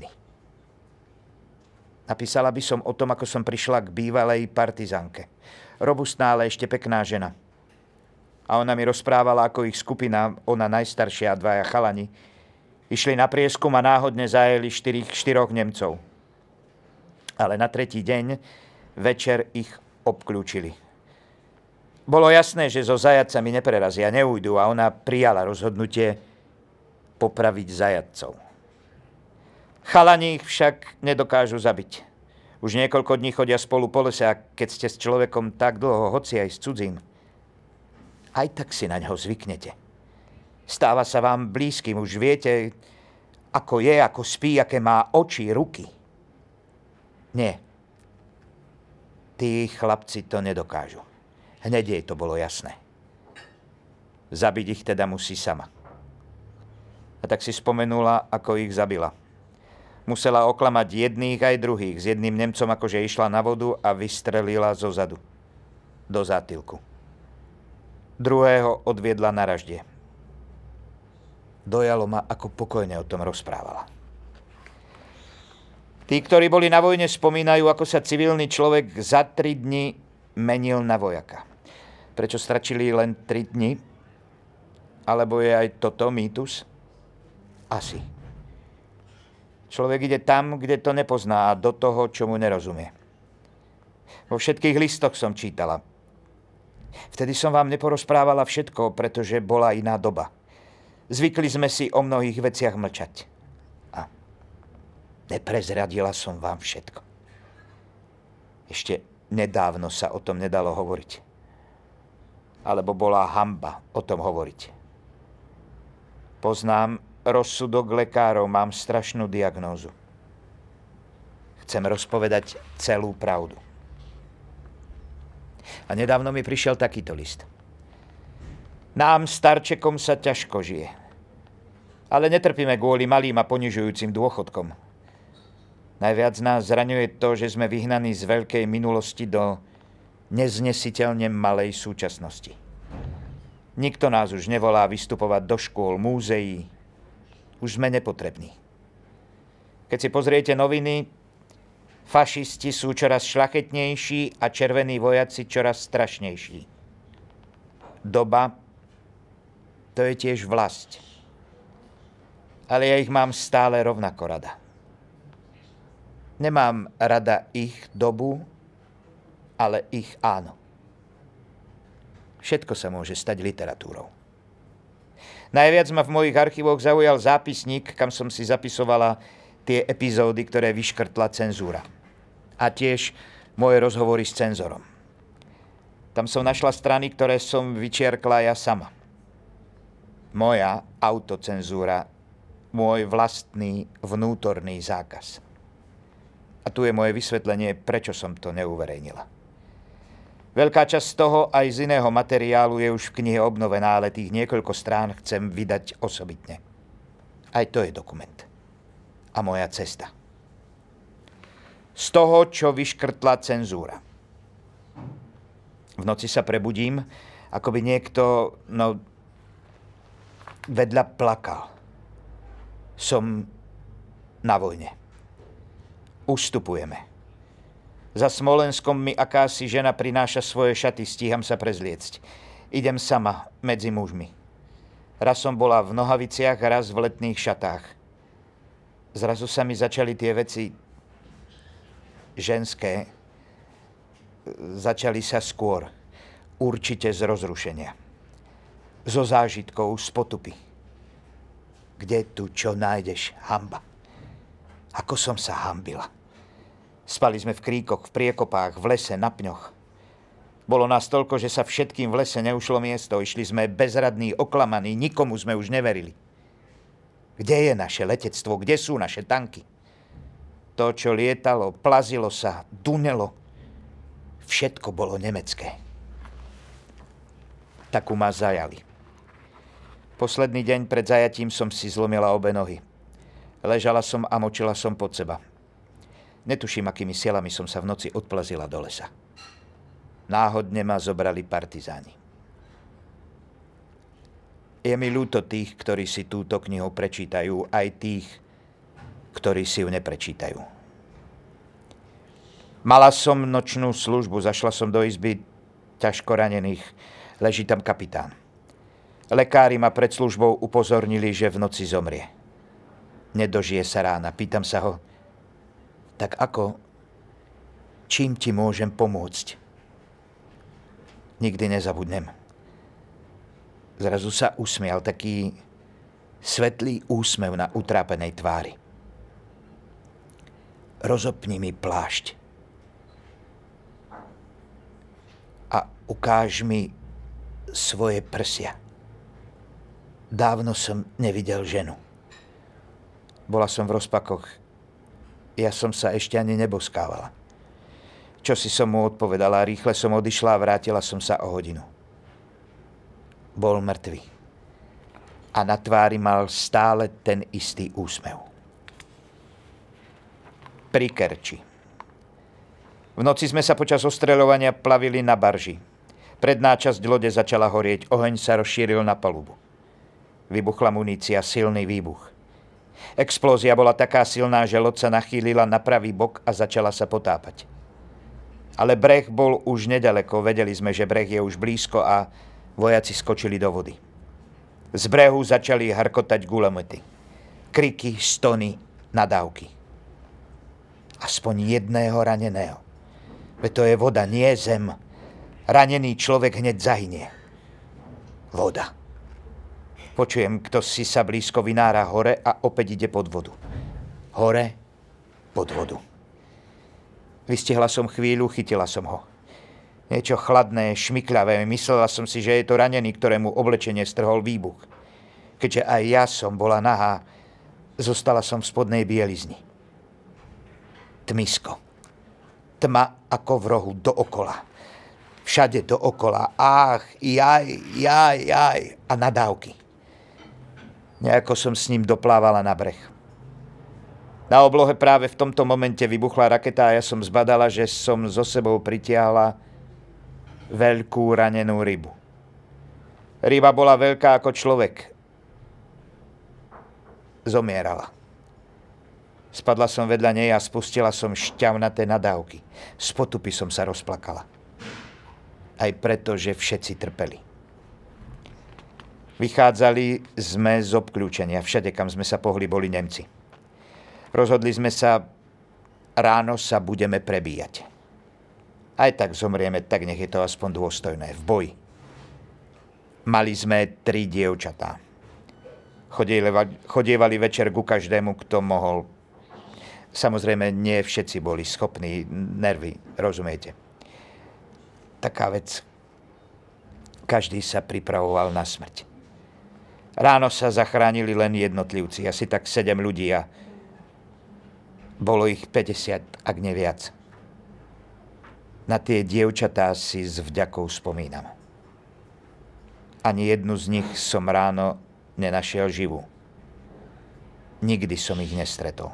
Speaker 2: Napísala by som o tom, ako som prišla k bývalej partizánke. Robustná, ale ešte pekná žena. A ona mi rozprávala, ako ich skupina, ona najstaršia a dvaja chalani, išli na prieskum a náhodne zajeli štyroch, štyroch Nemcov. Ale na tretí deň večer ich obklúčili. Bolo jasné, že so zajatcami neprerazia, neujdu a ona prijala rozhodnutie popraviť zajatcov. Chalani ich však nedokážu zabiť. Už niekoľko dní chodia spolu po lese a keď ste s človekom tak dlho, hoci aj s cudzím, aj tak si na ňo zvyknete. Stáva sa vám blízkym, už viete, ako je, ako spí, aké má oči, ruky. Nie. Tí chlapci to nedokážu. Hneď jej to bolo jasné. Zabiť ich teda musí sama. A tak si spomenula, ako ich zabila. Musela oklamať jedných aj druhých. S jedným Nemcom akože išla na vodu a vystrelila zo zadu. Do zátylku. Druhého odviedla na raždie. Dojalo ma, ako pokojne o tom rozprávala. Tí, ktorí boli na vojne, spomínajú, ako sa civilný človek za tri dni menil na vojaka. Prečo stačili len tri dni? Alebo je aj toto mýtus? Asi. Človek ide tam, kde to nepozná a do toho, čo mu nerozumie. Vo všetkých listoch som čítala. Vtedy som vám neporozprávala všetko, pretože bola iná doba. Zvykli sme si o mnohých veciach mlčať. A neprezradila som vám všetko. Ešte nedávno sa o tom nedalo hovoriť. Alebo bola hanba o tom hovoriť. Poznám rozsudok lekárov, mám strašnú diagnózu. Chcem rozpovedať celú pravdu. A nedávno mi prišiel takýto list. Nám, starčekom, sa ťažko žije. Ale netrpíme kvôli malým a ponižujúcim dôchodkom. Najviac nás zraňuje to, že sme vyhnaní z veľkej minulosti do neznesiteľne malej súčasnosti. Nikto nás už nevolá vystupovať do škôl, múzeí. Už sme nepotrební. Keď si pozriete noviny, fašisti sú čoraz šľachetnejší a červení vojaci čoraz strašnejší. Doba, to je tiež vlasť. Ale ja ich mám stále rovnako rada. Nemám rada ich dobu, ale ich áno. Všetko sa môže stať literatúrou. Najviac ma v mojich archívoch zaujal zápisník, kam som si zapisovala tie epizódy, ktoré vyškrtla cenzúra. A tiež moje rozhovory s cenzorom. Tam som našla strany, ktoré som vyčiarkla ja sama. Moja autocenzúra, môj vlastný vnútorný zákaz. A tu je moje vysvetlenie, prečo som to neuverejnila. Veľká časť z toho aj z iného materiálu je už v knihe obnovená, ale tých niekoľko strán chcem vydať osobitne. Aj to je dokument. A moja cesta. Z toho, čo vyškrtla cenzúra. V noci sa prebudím, ako by niekto, no, vedľa plakal. Som na vojne. Ustupujeme. Za Smolenskom mi akási žena prináša svoje šaty, stíham sa prezliecť. Idem sama medzi mužmi. Raz som bola v nohaviciach, raz v letných šatách. Zrazu sa mi začali tie veci ženské, začali sa skôr, určite z rozrušenia. Zo zážitkov, z potupy. Kde tu čo nájdeš, hanba? Ako som sa hanbila. Spali sme v kríkoch, v priekopách, v lese, na pňoch. Bolo nás toľko, že sa všetkým v lese neušlo miesto. Išli sme bezradní, oklamaní, nikomu sme už neverili. Kde je naše letectvo? Kde sú naše tanky? To, čo lietalo, plazilo sa, dunelo, všetko bolo nemecké. Takú ma zajali. Posledný deň pred zajatím som si zlomila obe nohy. Ležala som a močila som pod seba. Netuším, akými silami som sa v noci odplazila do lesa. Náhodne ma zobrali partizáni. Je mi ľúto tých, ktorí si túto knihu prečítajú, aj tých, ktorí si ju neprečítajú. Mala som nočnú službu, zašla som do izby ťažko ranených. Leží tam kapitán. Lekári ma pred službou upozornili, že v noci zomrie. Nedožije sa rána. Pýtam sa ho, tak ako, čím ti môžem pomôcť? Nikdy nezabudnem. Zrazu sa usmial, taký svetlý úsmev na utrápenej tvári. Rozopni mi plášť a ukáž mi svoje prsia. Dávno som nevidel ženu. Bola som v rozpakoch. Ja som sa ešte ani neboskávala. Čo si som mu odpovedala, rýchle som odišla a vrátila som sa o hodinu. Bol mŕtvy. A na tvári mal stále ten istý úsmev. Pri Kerči. V noci sme sa počas ostreľovania plavili na barži. Predná časť lode začala horieť, oheň sa rozšíril na palubu. Vybuchla munícia, silný výbuch. Explózia bola taká silná, že loď sa nachýlila na pravý bok a začala sa potápať. Ale breh bol už nedaleko, vedeli sme, že breh je už blízko a vojaci skočili do vody. Z brehu začali harkotať guľomety. Kriky, stony, nadávky. Aspoň jedného raneného. Veď to je voda, nie zem. Ranený človek hneď zahynie. Voda. Počujem, kto si sa blízko vynára hore a opäť ide pod vodu. Hore, pod vodu. Vystihla som chvíľu, chytila som ho. Niečo chladné, šmykľavé. Myslela som si, že je to ranený, ktorému oblečenie strhol výbuch. Keďže aj ja som bola nahá, zostala som v spodnej bielizni. Tmisko. Tma ako v rohu, dookola. Všade dookola. Ach, jaj, jaj, jaj. A nadávky. Nejako som s ním doplávala na breh. Na oblohe práve v tomto momente vybuchla raketa a ja som zbadala, že som so sebou pritiahla veľkú ranenú rybu. Ryba bola veľká ako človek. Zomierala. Spadla som vedľa nej a spustila som šťavnaté nadávky. Z potupy som sa rozplakala. Aj preto, že všetci trpeli. Vychádzali sme z obklúčenia. Všade, kam sme sa pohli, boli Nemci. Rozhodli sme sa, ráno sa budeme prebíjať. Aj tak zomrieme, tak nech je to aspoň dôstojné. V boji. Mali sme tri dievčatá. Chodievali, chodievali večer ku každému, kto mohol. Samozrejme, nie všetci boli schopní, nervy, rozumiete. Taká vec. Každý sa pripravoval na smrť. Ráno sa zachránili len jednotlivci, asi tak sedem ľudí a bolo ich päťdesiat, ak nie viac. Na tie dievčatá si s vďakou spomínam. Ani jednu z nich som ráno nenašiel živú. Nikdy som ich nestretol.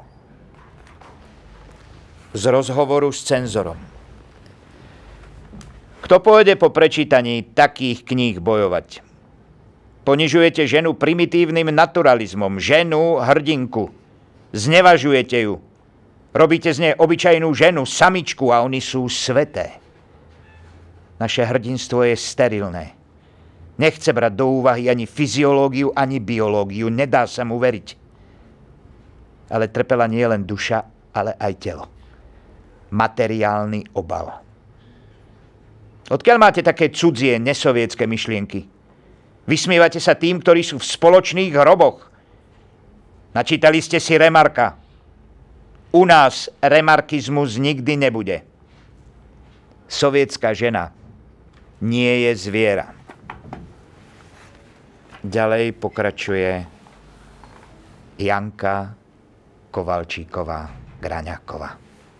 Speaker 2: Z rozhovoru s cenzorom. Kto pôjde po prečítaní takých kníh bojovať? Ponižujete ženu primitívnym naturalizmom, ženu hrdinku. Znevažujete ju. Robíte z nej obyčajnú ženu, samičku a oni sú sveté. Naše hrdinstvo je sterilné. Nechce brať do úvahy ani fyziológiu, ani biológiu. Nedá sa mu veriť. Ale trpela nie len duša, ale aj telo. Materiálny obal. Odkiaľ máte také cudzie, nesovietské myšlienky? Vysmievate sa tým, ktorí sú v spoločných hroboch. Načítali ste si Remarka. U nás remarkizmus nikdy nebude. Sovietská žena nie je zviera. Ďalej pokračuje Janka Kovalčíková Graňáková.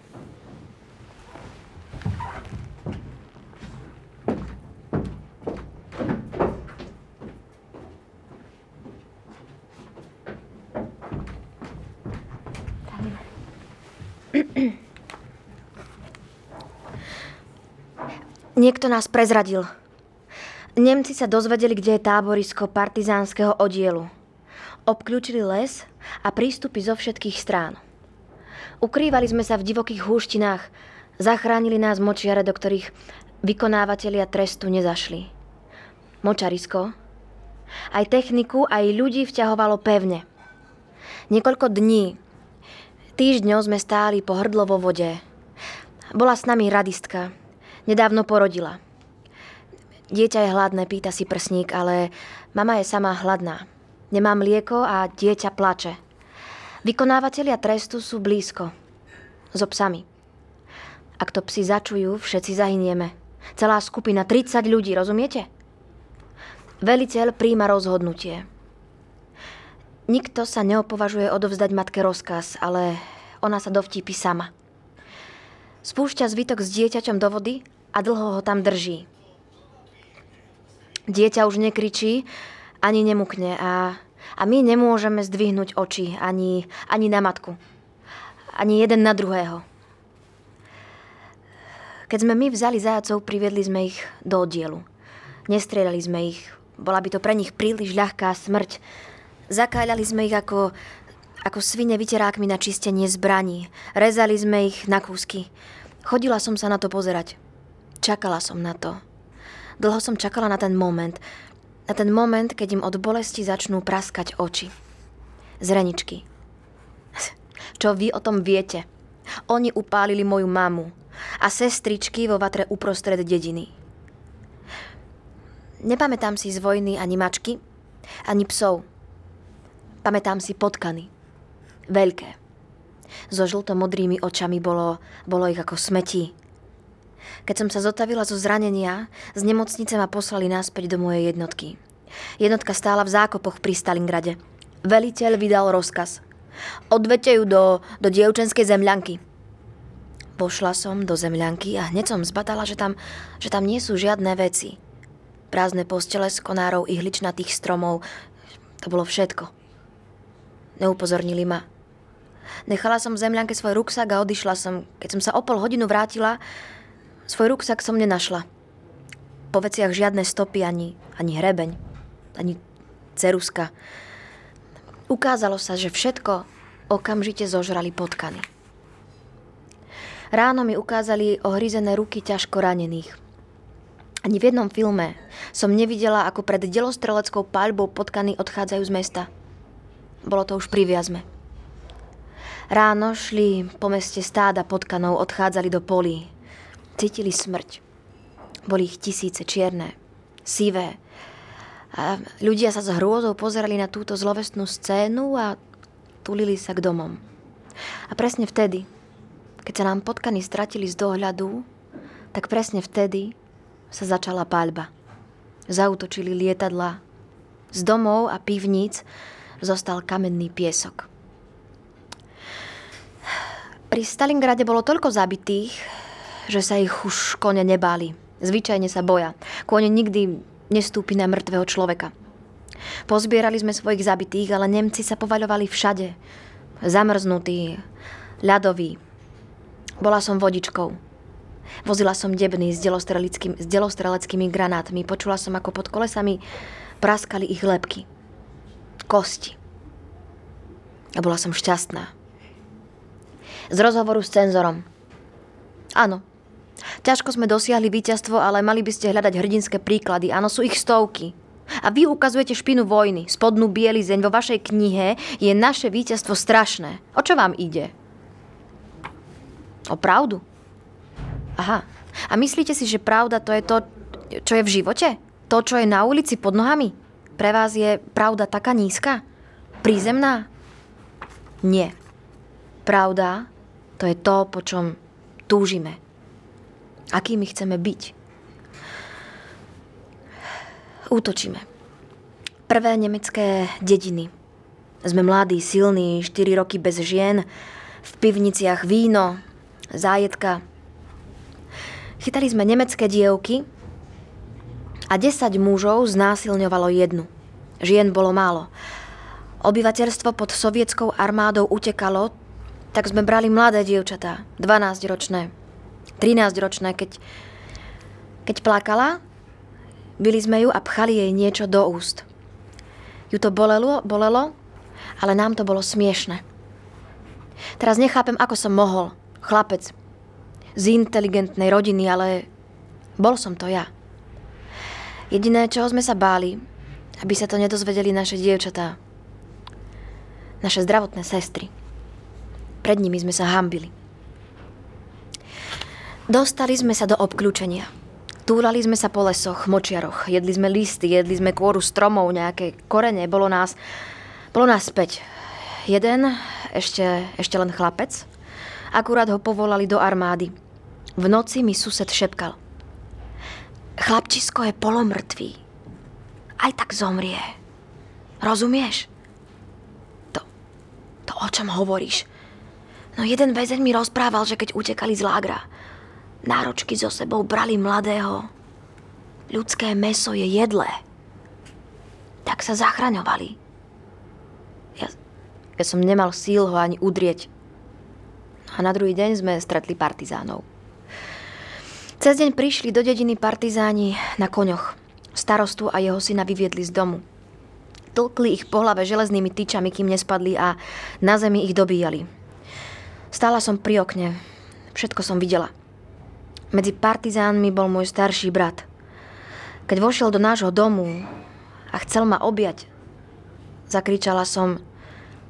Speaker 3: Niekto nás prezradil. Nemci sa dozvedeli, kde je táborisko partizánskeho oddielu. Obklúčili les a prístupy zo všetkých strán. Ukrývali sme sa v divokých húštinách. Zachránili nás močiare, do ktorých vykonávatelia trestu nezašli. Močarisko aj techniku, aj ľudí vťahovalo pevne. Niekoľko dní, týždňov sme stáli po hrdlo vo vode. Bola s nami radistka. Nedávno porodila. Dieťa je hladné, pýta si prsník, ale mama je sama hladná. Nemá mlieko a dieťa plače. Vykonávatelia trestu sú blízko. So psami. Ak to psi začujú, všetci zahynieme. Celá skupina, tridsať ľudí, rozumiete? Veliteľ príjma rozhodnutie. Nikto sa neopovažuje odovzdať matke rozkaz, ale ona sa dovtípi sama. Spúšťa zvytok s dieťaťom do vody a dlho ho tam drží. Dieťa už nekričí, ani nemukne a, a my nemôžeme zdvihnúť oči ani, ani na matku. Ani jeden na druhého. Keď sme my vzali zajacov, priviedli sme ich do oddielu. Nestrieľali sme ich. Bola by to pre nich príliš ľahká smrť. Zakáľali sme ich ako, ako svine vyterákmi na čistenie zbraní. Rezali sme ich na kúsky. Chodila som sa na to pozerať. Čakala som na to. Dlho som čakala na ten moment. Na ten moment, keď im od bolesti začnú praskať oči. Zreničky. Čo vy o tom viete? Oni upálili moju mamu a sestričky vo vatre uprostred dediny. Nepamätám si z vojny ani mačky, ani psov. Pamätám si potkany. Veľké. So žlto-modrými očami bolo, bolo ich ako smetí. Keď som sa zotavila zo zranenia, z nemocnice ma poslali naspäť do mojej jednotky. Jednotka stála v zákopoch pri Stalingrade. Veliteľ vydal rozkaz. Odvete ju do, do dievčenskej zemľanky. Pošla som do zemľanky a hneď som zbadala, že tam, že tam nie sú žiadne veci. Prázdne postele z konárov ihličnatých stromov. To bolo všetko. Neupozornili ma. Nechala som v zemľanke svoj ruksak a odišla som. Keď som sa o pol hodinu vrátila, svoj ruksak som nenašla. Po veciach žiadne stopy, ani, ani hrebeň, ani ceruska. Ukázalo sa, že všetko okamžite zožrali potkany. Ráno mi ukázali ohryzené ruky ťažko ranených. Ani v jednom filme som nevidela, ako pred delostreleckou paľbou potkany odchádzajú z mesta. Bolo to už pri Viazme. Ráno šli po meste stáda potkanov, odchádzali do polí. Cítili smrť. Boli ich tisíce, čierne, sivé. A ľudia sa s hrôzou pozerali na túto zlovestnú scénu a tulili sa k domom. A presne vtedy, keď sa nám potkany stratili z dohľadu, tak presne vtedy sa začala paľba. Zaútočili lietadlá. Z domov a pivníc zostal kamenný piesok. Pri Stalingrade bolo toľko zabitých, že sa ich už kone nebáli. Zvyčajne sa boja. Kone nikdy nestúpi na mŕtvého človeka. Pozbierali sme svojich zabitých, ale Nemci sa povaľovali všade. Zamrznutí, ľadoví. Bola som vodičkou. Vozila som debny s delostreleckými, s delostreleckými granátmi. Počula som, ako pod kolesami praskali ich lebky. Kosti. A bola som šťastná. Z rozhovoru s cenzorom. Áno, ťažko sme dosiahli víťazstvo, ale mali by ste hľadať hrdinské príklady. Áno, sú ich stovky. A vy ukazujete špinu vojny, spodnú bielizeň. Vo vašej knihe je naše víťazstvo strašné. O čo vám ide? O pravdu? Aha. A myslíte si, že pravda to je to, čo je v živote? To, čo je na ulici pod nohami? Pre vás je pravda taká nízka? Prízemná? Nie. Pravda to je to, po čom túžime. Akými chceme byť. Útočíme. Prvé nemecké dediny. Sme mladí, silní, štyri roky bez žien, v pivniciach víno, zájedka. Chytali sme nemecké dievky a desať mužov znásilňovalo jednu. Žien bolo málo. Obyvateľstvo pod sovietskou armádou utekalo, tak sme brali mladé dievčatá, dvanásťročné, trinásťročné, keď, keď plakala, byli sme ju a pchali jej niečo do úst. Ju to bolelo, bolelo, ale nám to bolo smiešne. Teraz nechápem, ako som mohol, chlapec, z inteligentnej rodiny, ale bol som to ja. Jediné, čoho sme sa báli, aby sa to nedozvedeli naše dievčatá, naše zdravotné sestry. Pred nimi sme sa hanbili. Dostali sme sa do obklúčenia. Túlali sme sa po lesoch, močiaroch. Jedli sme listy, jedli sme kôru stromov, nejaké korene. Bolo nás, bolo nás päť. Jeden, ešte, ešte len chlapec. Akurát ho povolali do armády. V noci mi sused šepkal. Chlapčisko je polomrtvý. Aj tak zomrie. Rozumieš? To, to o čom hovoríš? No jeden väzeň mi rozprával, že keď utekali z lágra, náročky so sebou brali mladého. Ľudské mäso je jedlé. Tak sa zachraňovali. Ja, ja som nemal síl ho ani udrieť. A na druhý deň sme stretli partizánov. Cez deň prišli do dediny partizáni na koňoch. Starostu a jeho syna vyviedli z domu. Tlkli ich po hlave železnými tyčami, kým nespadli a na zemi ich dobíjali. Stála som pri okne. Všetko som videla. Medzi partizánmi bol môj starší brat. Keď vošiel do nášho domu a chcel ma objať, zakričala som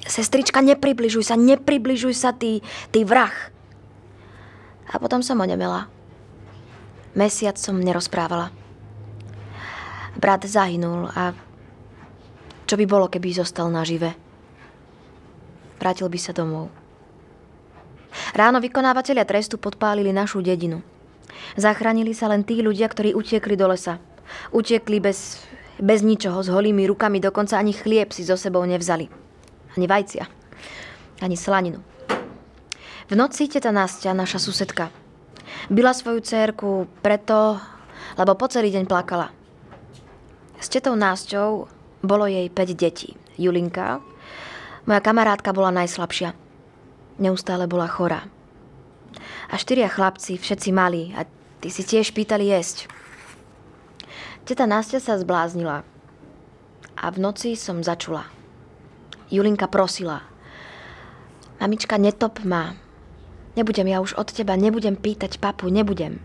Speaker 3: Sestrička, nepribližuj sa, nepribližuj sa, ty, ty vrah. A potom som onemela. Mesiac som nerozprávala. Brat zahynul a čo by bolo, keby zostal nažive? Vrátil by sa domov. Ráno vykonávatelia trestu podpálili našu dedinu. Zachránili sa len tí ľudia, ktorí utiekli do lesa. Utiekli bez, bez ničoho, s holými rukami, dokonca ani chlieb si so sebou nevzali. Ani vajcia, ani slaninu. V noci teta Nastia, naša susedka, bila svoju dcérku preto, lebo po celý deň plakala. S tetou Násťou bolo jej päť detí. Julinka, moja kamarátka, bola najslabšia. Neustále bola chorá. A štyria chlapci, všetci malí, a tí si tiež pýtali jesť. Teta Nastia sa zbláznila a v noci som začula. Julinka prosila. Mamička, netop ma. Nebudem ja už od teba, nebudem pýtať papu, nebudem.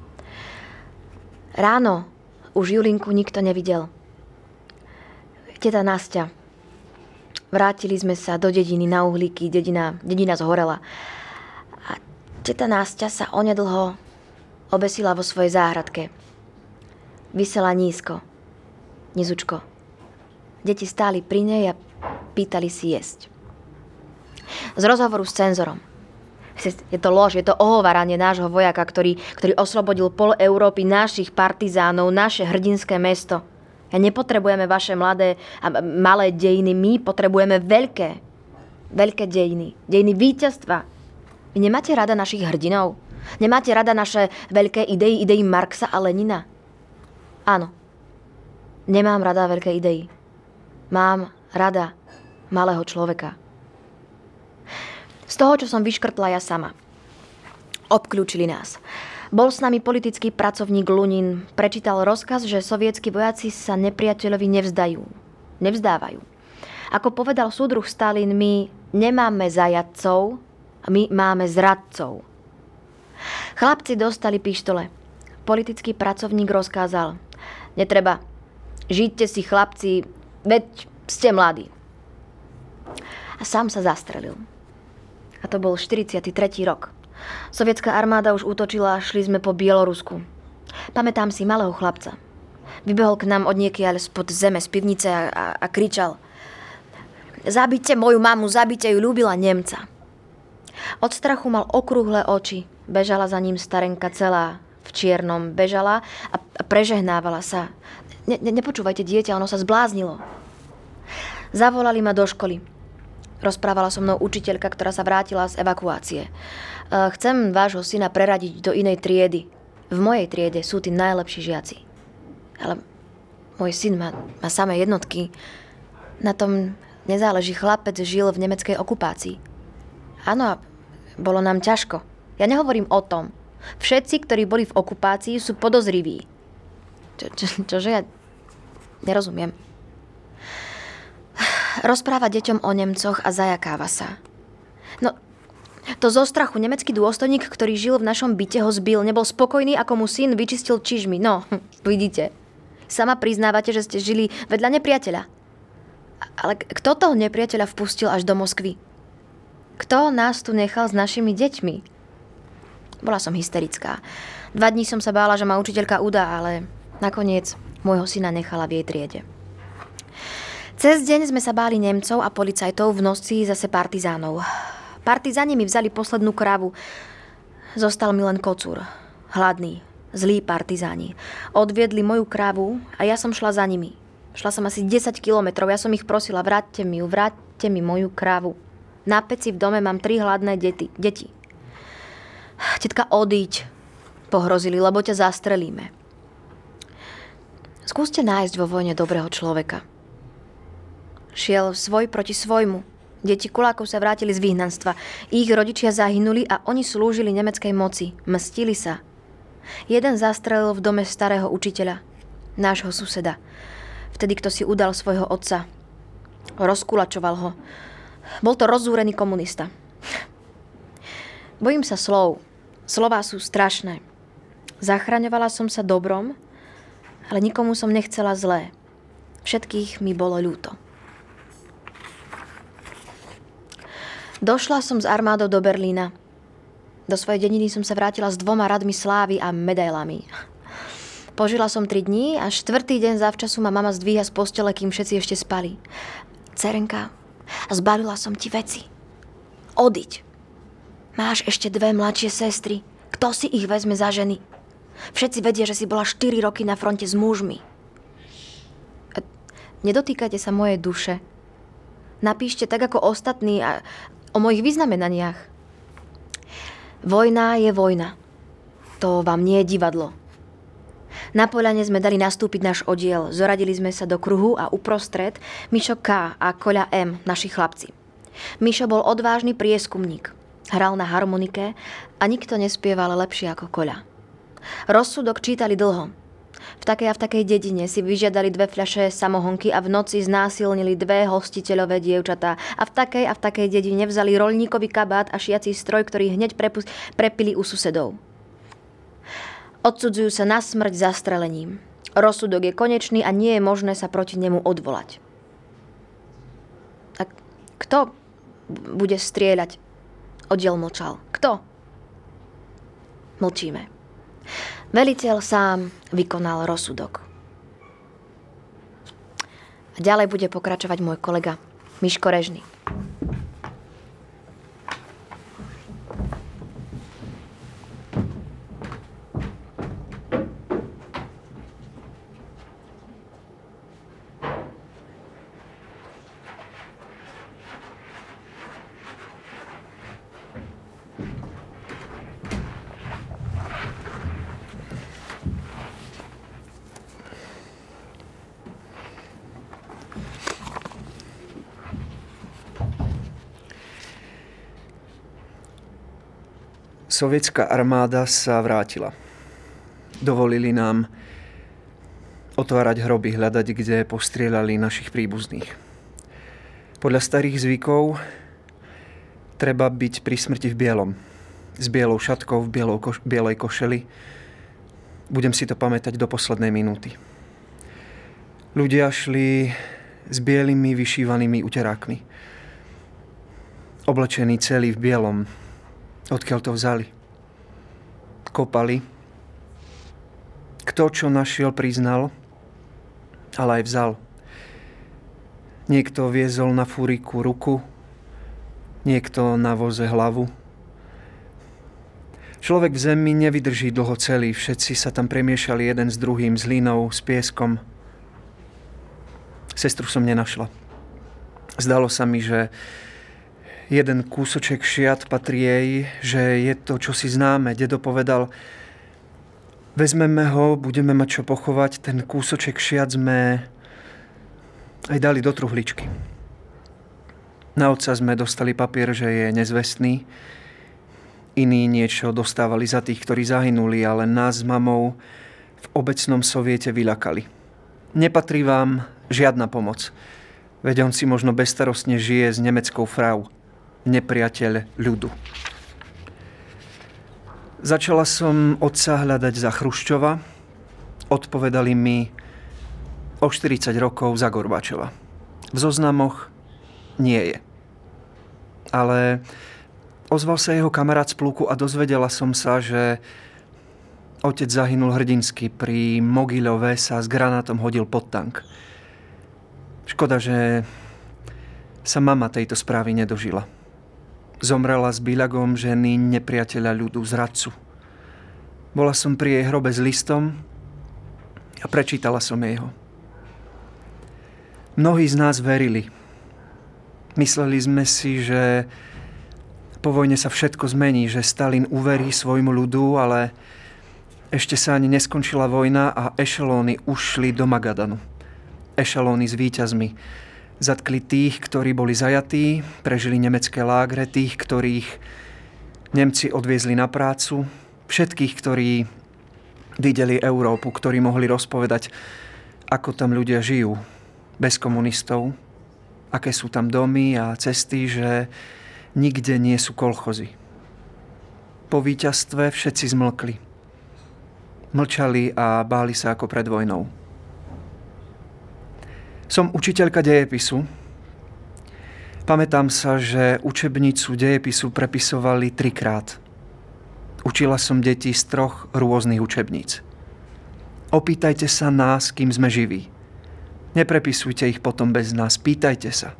Speaker 3: Ráno už Julinku nikto nevidel. Teta Nastia. Vrátili sme sa do dediny na uhlíky, dedina, dedina zhorela. A teta Nastia sa onedlho obesila vo svojej záhradke. Visela nízko, nizučko. Deti stáli pri nej a pýtali si jesť. Z rozhovoru s cenzorom. Je to lož, je to ohováranie nášho vojaka, ktorý, ktorý oslobodil pol Európy, našich partizánov, naše hrdinské mesto. Ja nepotrebujeme vaše mladé a malé dejiny, my potrebujeme veľké, veľké dejiny, dejiny víťazstva. Vy nemáte rada našich hrdinov? Nemáte rada naše veľké idei, idei Marxa a Lenina? Áno, nemám rada veľké idei. Mám rada malého človeka. Z toho, čo som vyškrtla ja sama. Obklúčili nás. Bol s nami politický pracovník Lunin. Prečítal rozkaz, že sovietskí vojaci sa nepriateľovi nevzdajú. Nevzdávajú. Ako povedal súdruh Stalin, my nemáme zajatcov, my máme zradcov. Chlapci dostali pištole. Politický pracovník rozkázal. Netreba. Žite si, chlapci, veď ste mladí. A sám sa zastrelil. A to bol štyridsiaty tretí rok. Sovietská armáda už útočila a šli sme po Bielorusku. Pamätám si malého chlapca. Vybehol k nám odniekiaľ spod zeme, z pivnice a, a, a kričal. Zabite moju mamu, zabite ju, ľúbila Nemca. Od strachu mal okrúhle oči. Bežala za ním starenka celá v čiernom. Bežala a, a prežehnávala sa. Ne, ne, nepočúvajte dieťa, ono sa zbláznilo. Zavolali ma do školy. Rozprávala so mnou učiteľka, ktorá sa vrátila z evakuácie. Chcem vášho syna preradiť do inej triedy. V mojej triede sú tí najlepší žiaci. Ale môj syn má, má samé jednotky. Na tom nezáleží, chlapec žil v nemeckej okupácii. Áno, bolo nám ťažko. Ja nehovorím o tom. Všetci, ktorí boli v okupácii, sú podozriví. Čo, čo, čože ja nerozumiem. Rozpráva deťom o Nemcoch a zajakáva sa. No, to zo strachu nemecký dôstojník, ktorý žil v našom byte, ho zbil. Nebol spokojný, ako mu syn vyčistil čižmy. No, vidíte. Sama priznávate, že ste žili vedľa nepriateľa. Ale kto toho nepriateľa vpustil až do Moskvy? Kto nás tu nechal s našimi deťmi? Bola som hysterická. Dva dní som sa bála, že ma učiteľka udá, ale nakoniec môjho syna nechala v jej triede. Cez deň sme sa báli Nemcov a policajtov, v noci zase partizánov. Partizáni mi vzali poslednú kravu. Zostal mi len kocúr. Hladný, zlí partizáni. Odviedli moju kravu a ja som šla za nimi. Šla som asi desať kilometrov. Ja som ich prosila, vráťte mi ju, vráťte mi moju kravu. Na peci v dome mám tri hladné deti. deti. Tetka, odíď, pohrozili, lebo ťa zastrelíme. Skúste nájsť vo vojne dobrého človeka. Šiel svoj proti svojmu. Deti Kulákov sa vrátili z vyhnanstva. Ich rodičia zahynuli a oni slúžili nemeckej moci. Mstili sa. Jeden zastrelil v dome starého učiteľa, nášho suseda. Vtedy, kto si udal svojho otca. Rozkulačoval ho. Bol to rozúrený komunista. Bojím sa slov. Slová sú strašné. Zachraňovala som sa dobrom, ale nikomu som nechcela zlé. Všetkých mi bolo ľúto. Došla som s armádou do Berlína. Do svojej dediny som sa vrátila s dvoma radmi slávy a medailami. Požila som tri dní a štvrtý deň zavčasu ma mama zdvíha z postele, kým všetci ešte spali. Cerenka, zbalila som ti veci. Odiď. Máš ešte dve mladšie sestry. Kto si ich vezme za ženy? Všetci vedia, že si bola štyri roky na fronte s mužmi. Nedotýkajte sa mojej duše. Napíšte tak ako ostatní a o mojich vyznamenaniach. Vojna je vojna. To vám nie je divadlo. Na poľane sme dali nastúpiť náš oddiel. Zoradili sme sa do kruhu a uprostred Mišo K. a Koľa M., naši chlapci. Mišo bol odvážny prieskumník. Hral na harmonike a nikto nespieval lepšie ako Koľa. Rozsudok čítali dlho. V takej a v takej dedine si vyžiadali dve fľaše samohonky a v noci znásilnili dve hostiteľové dievčatá. A v takej a v takej dedine vzali roľníkový kabát a šiací stroj, ktorý hneď prepus- prepili u susedov. Odsudzujú sa na smrť zastrelením. Rozsudok je konečný a nie je možné sa proti nemu odvolať. A kto bude strieľať? Oddiel mlčal. Kto? Mlčíme. Veliteľ sám vykonal rozsudok. A ďalej bude pokračovať môj kolega Miško Režný.
Speaker 4: Sovietská armáda sa vrátila. Dovolili nám otvárať hroby, hľadať, kde postrieľali našich príbuzných. Podľa starých zvykov treba byť pri smrti v bielom. S bielou šatkou, v bielou koš- bielej košeli. Budem si to pamätať do poslednej minúty. Ľudia šli s bielými vyšívanými uterákmi. Oblečení celí v bielom. Odkiaľ to vzali? Kopali. Kto čo našiel, priznal, ale aj vzal. Niekto viezol na fúriku ruku, niekto na voze hlavu. Človek v zemi nevydrží dlho celý, všetci sa tam premiešali jeden s druhým, s hlínou, s pieskom. Sestru som nenašla. Zdalo sa mi, že jeden kúsoček šiat patrí jej, že je to čosi známe. Dedo povedal, vezmeme ho, budeme mať čo pochovať. Ten kúsoček šiat sme aj dali do truhličky. Na otca sme dostali papier, že je nezvestný. Iní niečo dostávali za tých, ktorí zahynuli, ale nás s mamou v obecnom soviete vyľakali. Nepatrí vám žiadna pomoc. Veď on si možno bezstarostne žije s nemeckou frau. Nepriateľ ľudu. Začala som otca hľadať za Chruščova. Odpovedali mi o štyridsať rokov za Gorbačova. V zoznamoch nie je. Ale ozval sa jeho kamarát z pluku a dozvedela som sa, že otec zahynul hrdinsky. Pri Mogilove sa s granátom hodil pod tank. Škoda, že sa mama tejto správy nedožila. Zomrela s bíľagom ženy nepriateľa ľudu, zradcu. Bola som pri jej hrobe s listom a prečítala som jej ho. Mnohí z nás verili. Mysleli sme si, že po vojne sa všetko zmení, že Stalin uverí svojmu ľudu, ale ešte sa ani neskončila vojna a ešelóny ušli do Magadanu. Ešelóny s víťazmi. Zatkli tých, ktorí boli zajatí, prežili nemecké lágre, tých, ktorých Nemci odviezli na prácu, všetkých, ktorí videli Európu, ktorí mohli rozpovedať, ako tam ľudia žijú bez komunistov, aké sú tam domy a cesty, že nikde nie sú kolchozy. Po víťazstve všetci zmlkli. Mlčali a báli sa ako pred vojnou. Som učiteľka dejepisu Pamätám sa, že učebnicu dejepisu prepisovali trikrát. Učila som deti z troch rôznych učebníc. Opýtajte sa nás, kým sme živí. Neprepisujte ich potom bez nás, pýtajte sa.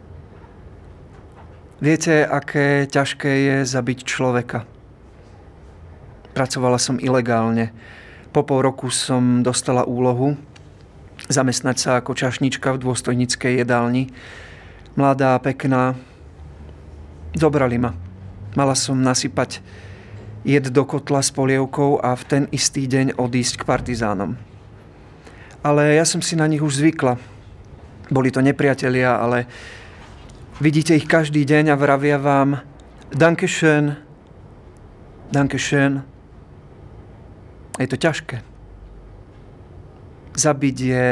Speaker 4: Viete, aké ťažké je zabiť človeka? Pracovala som ilegálne. Po pol roku som dostala úlohu zamestnať sa ako čašnička v dôstojníckej jedálni. Mladá, pekná. Zobrali ma. Mala som nasypať jed do kotla s polievkou a v ten istý deň odísť k partizánom. Ale ja som si na nich už zvykla. Boli to nepriatelia, ale vidíte ich každý deň a vravia vám Dankeschön, Dankeschön. Je to ťažké. Zabiť je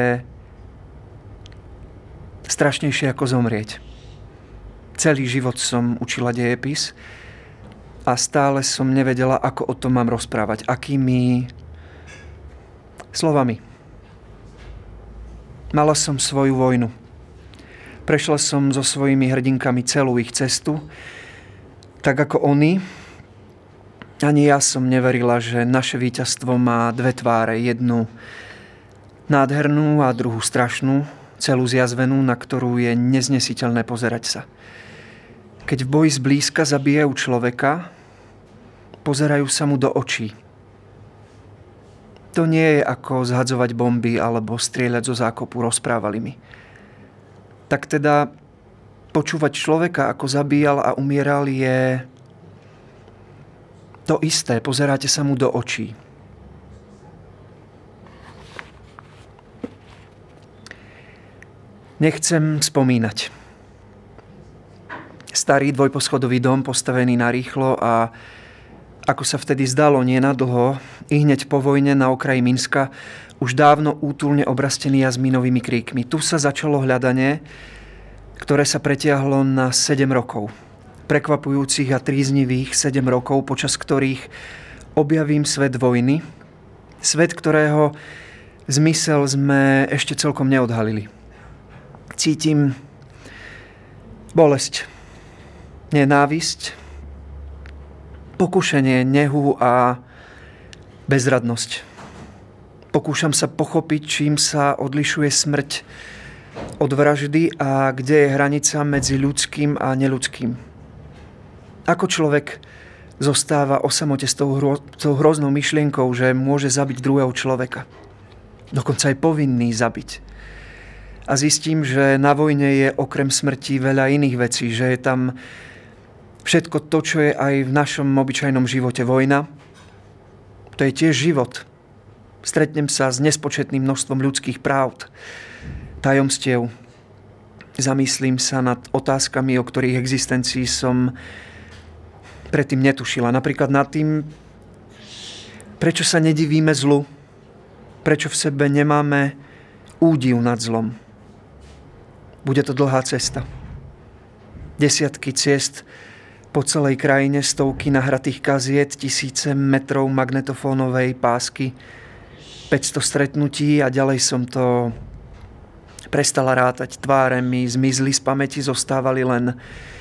Speaker 4: strašnejšie ako zomrieť. Celý život som učila dejepis a stále som nevedela, ako o tom mám rozprávať. Akými slovami. Mala som svoju vojnu. Prešla som so svojimi hrdinkami celú ich cestu, tak ako oni. Ani ja som neverila, že naše víťazstvo má dve tváre. Jednu nádhernú a druhú strašnú, celú zjazvenú, na ktorú je neznesiteľné pozerať sa. Keď v boji zblízka zabijajú človeka, pozerajú sa mu do očí. To nie je ako zhadzovať bomby alebo strieľať zo zákopu, rozprávali mi. Tak teda počúvať človeka, ako zabíjal a umieral, je to isté, pozeráte sa mu do očí. Nechcem spomínať. Starý dvojposchodový dom postavený narýchlo a ako sa vtedy zdalo nie nadlho, i hneď po vojne na okraji Minska, už dávno útulne obrastený jazminovými kríkmi. Tu sa začalo hľadanie, ktoré sa pretiahlo na sedem rokov. Prekvapujúcich a tríznivých sedem rokov, počas ktorých objavím svet vojny. Svet, ktorého zmysel sme ešte celkom neodhalili. Cítim bolesť, nenávisť, pokušenie, nehu a bezradnosť. Pokúšam sa pochopiť, čím sa odlišuje smrť od vraždy a kde je hranica medzi ľudským a neľudským. Ako človek zostáva o samote s tou, hro, tou hroznou myšlienkou, že môže zabiť druhého človeka. Dokonca aj povinný zabiť. A zistím, že na vojne je okrem smrti veľa iných vecí, že je tam všetko to, čo je aj v našom obyčajnom živote vojna. To je tiež život. Stretnem sa s nespočetným množstvom ľudských pravd, tajomstiev. Zamyslím sa nad otázkami, o ktorých existencii som predtým netušila. Napríklad nad tým, prečo sa nedivíme zlu, prečo v sebe nemáme údiv nad zlom. Bude to dlhá cesta. Desiatky ciest po celej krajine, stovky nahratých kaziet, tisíce metrov magnetofónovej pásky, päťsto stretnutí a ďalej som to prestala rátať. Tváre mi zmizli z pamäti, zostávali len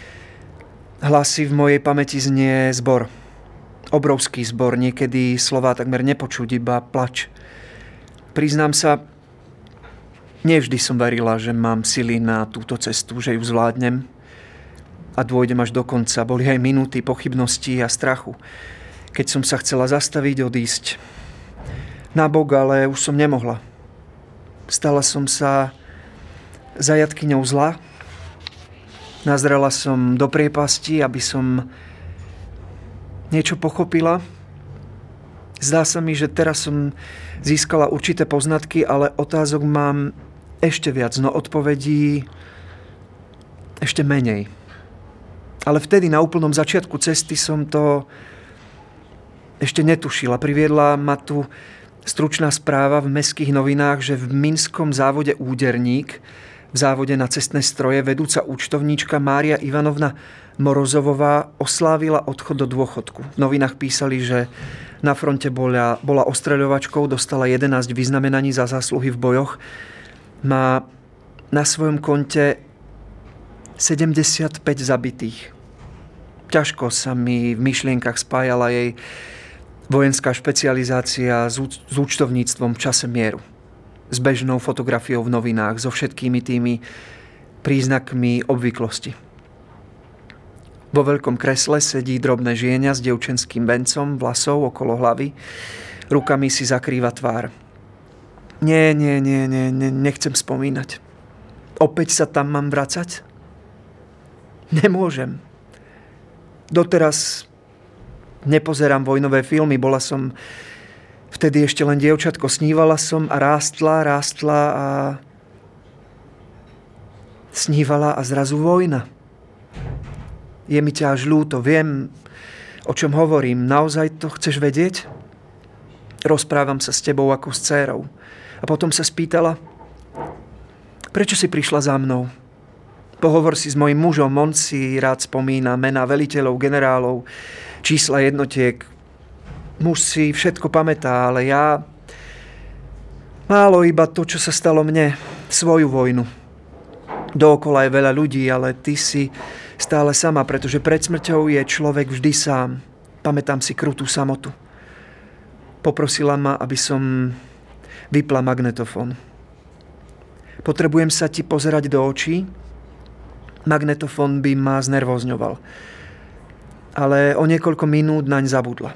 Speaker 4: hlasy. V mojej pamäti znie zbor. Obrovský zbor, niekedy slová takmer nepočuť, iba plač. Priznám sa, nevždy som verila, že mám sily na túto cestu, že ju zvládnem a dôjdem až do konca. Boli aj minúty pochybností a strachu, keď som sa chcela zastaviť, odísť na bok, ale už som nemohla. Stala som sa zajatkyňou zla. Nazrela som do priepasti, aby som niečo pochopila. Zdá sa mi, že teraz som získala určité poznatky, ale otázok mám ešte viac, no odpovedí ešte menej. Ale vtedy na úplnom začiatku cesty som to ešte netušila. Priviedla ma tu stručná správa v mestských novinách, že v minskom závode Úderník, v závode na cestné stroje, vedúca účtovníčka Mária Ivanovna Morozovová oslávila odchod do dôchodku. V novinách písali, že na fronte bola, bola ostreľovačkou, dostala jedenásť vyznamenaní za zásluhy v bojoch. Má na svojom konte sedemdesiatpäť zabitých. Ťažko sa mi v myšlienkach spájala jej vojenská špecializácia s, ú- s účtovníctvom v čase mieru. S bežnou fotografiou v novinách, so všetkými tými príznakmi obvyklosti. Vo veľkom kresle sedí drobné žienia s dievčenským vencom vlasov okolo hlavy. Rukami si zakrýva tvár. Nie, nie, nie, nie, nie, nechcem spomínať. Opäť sa tam mám vracať? Nemôžem. Doteraz nepozerám vojnové filmy. Bola som vtedy ešte len dievčatko. Snívala som a rástla, rástla a... Snívala a zrazu vojna. Je mi ťa až ľúto. Viem, o čom hovorím. Naozaj to chceš vedieť? Rozprávam sa s tebou ako s dcérou. A potom sa spýtala, prečo si prišla za mnou? Pohovor si s mojím mužom, on si rád spomína mená veliteľov, generálov, čísla jednotiek. Muž si všetko pamätá, ale ja... Málo iba to, čo sa stalo mne, svoju vojnu. Dookola je veľa ľudí, ale ty si stále sama, pretože pred smrťou je človek vždy sám. Pamätám si krutú samotu. Poprosila ma, aby som vypla magnetofón. Potrebujem sa ti pozerať do očí. Magnetofón by ma znervózňoval. Ale o niekoľko minút naň zabudla.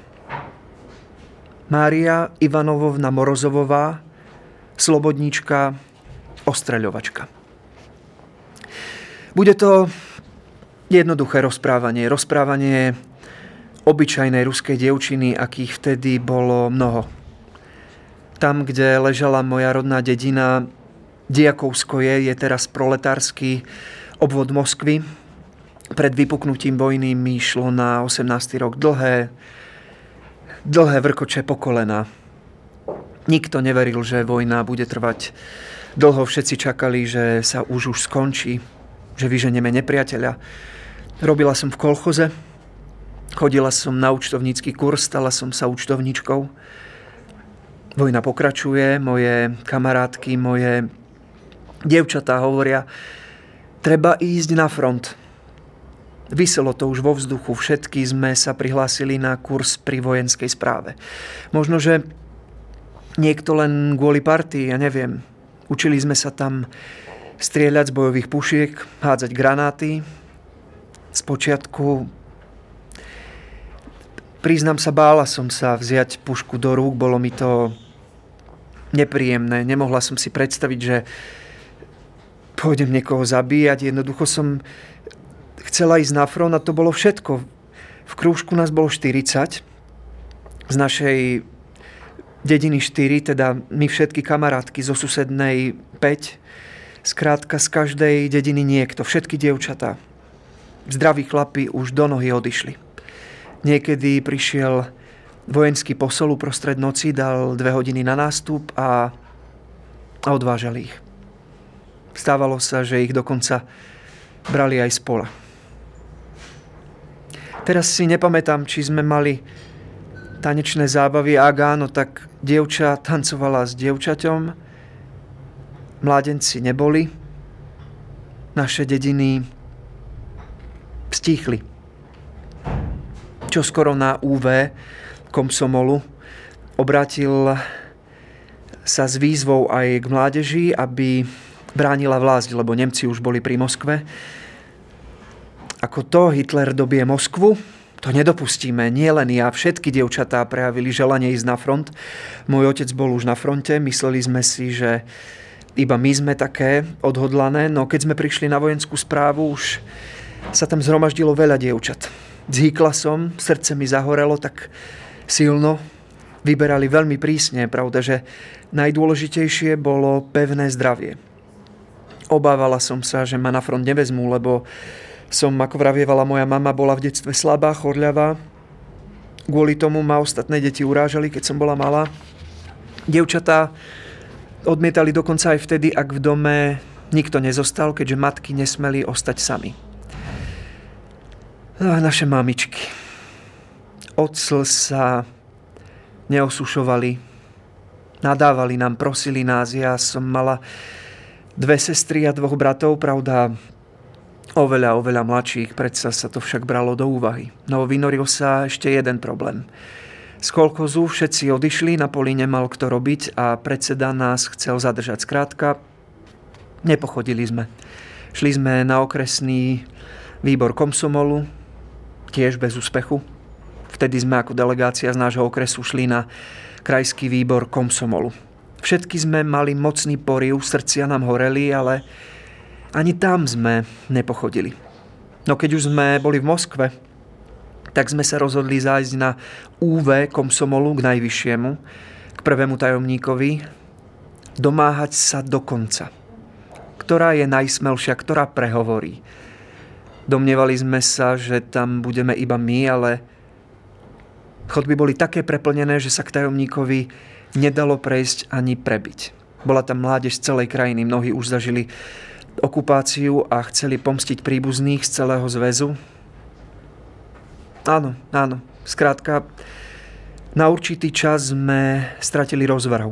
Speaker 4: Mária Ivanovovna Morozovová, slobodníčka, ostreľovačka. Bude to jednoduché rozprávanie. Rozprávanie obyčajnej ruskej dievčiny, akých vtedy bolo mnoho. Tam, kde ležala moja rodná dedina, Diakovskoje, je teraz proletársky obvod Moskvy. Pred vypuknutím vojny mi šlo na osemnásty rok dlhé, dlhé vrkoče po kolená. Nikto neveril, že vojna bude trvať dlho. Všetci čakali, že sa už už skončí, že vyženieme nepriateľa. Robila som v kolchoze, chodila som na účtovnícky kurz, stala som sa účtovníčkou. Vojna pokračuje, moje kamarátky, moje dievčatá hovoria, treba ísť na front. Viselo to už vo vzduchu, všetky sme sa prihlásili na kurz pri vojenskej správe. Možno, že niekto len kvôli partii, ja neviem. Učili sme sa tam strieľať z bojových pušiek, hádzať granáty. Spočiatku, priznám sa, bála som sa vziať pušku do rúk, bolo mi to nepríjemné. Nemohla som si predstaviť, že pôjdem niekoho zabíjať. Jednoducho som chcela ísť na front a to bolo všetko. V krúžku nás bolo štyridsať. Z našej dediny štyri, teda my všetky kamarátky, zo susednej päť. Skrátka z každej dediny niekto, všetky dievčatá. Zdraví chlapi už do nohy odišli. Niekedy prišiel vojenský posol uprostred noci, dal dve hodiny na nástup a, a odvážali ich. Stávalo sa, že ich dokonca brali aj z pola. Teraz si nepamätám, či sme mali tanečné zábavy. Ak áno, tak dievča tancovala s dievčaťom. Mládenci neboli. Naše dediny stíchli. Čo skoro na ú vé komsomolu obrátil sa s výzvou aj k mládeži, aby bránila vlast, lebo Nemci už boli pri Moskve. Ako to Hitler dobije Moskvu, to nedopustíme. Nie len ja, všetky dievčatá prejavili želanie ísť na front. Môj otec bol už na fronte, mysleli sme si, že iba my sme také odhodlané, no keď sme prišli na vojenskú správu, už sa tam zhromaždilo veľa dievčat. Zhýkla som, srdce mi zahorelo tak silno, vyberali veľmi prísne, pravda, že najdôležitejšie bolo pevné zdravie. Obávala som sa, že ma na front nevezmú, lebo som, ako vravievala moja mama, bola v detstve slabá, chorľavá. Kvôli tomu ma ostatné deti urážali, keď som bola malá. Dievčatá odmietali dokonca aj vtedy, ak v dome nikto nezostal, keďže matky nesmeli ostať sami. A naše mamičky od slz sa neosušovali, nadávali nám, prosili nás. Ja som mala dve sestry a dvoch bratov, pravda, Oveľa, oveľa mladších, predsa sa to však bralo do úvahy. No vynoril sa ešte jeden problém. Z kolchozu všetci odišli, na poli nemal kto robiť a predseda nás chcel zadržať. Skrátka, nepochodili sme. Šli sme na okresný výbor komsomolu, tiež bez úspechu. Vtedy sme ako delegácia z nášho okresu šli na krajský výbor komsomolu. Všetky sme mali mocný poriv, srdcia nám horeli, ale ani tam sme nepochodili. No keď už sme boli v Moskve, tak sme sa rozhodli zájsť na ú vé komsomolu k najvyššiemu, k prvému tajomníkovi, domáhať sa do konca. Ktorá je najsmelšia, ktorá prehovorí. Domnievali sme sa, že tam budeme iba my, ale chodby boli také preplnené, že sa k tajomníkovi nedalo prejsť ani prebiť. Bola tam mládež z celej krajiny, mnohí už zažili okupáciu a chceli pomstiť príbuzných z celého zväzu. Áno, áno, skrátka, na určitý čas sme stratili rozvahu.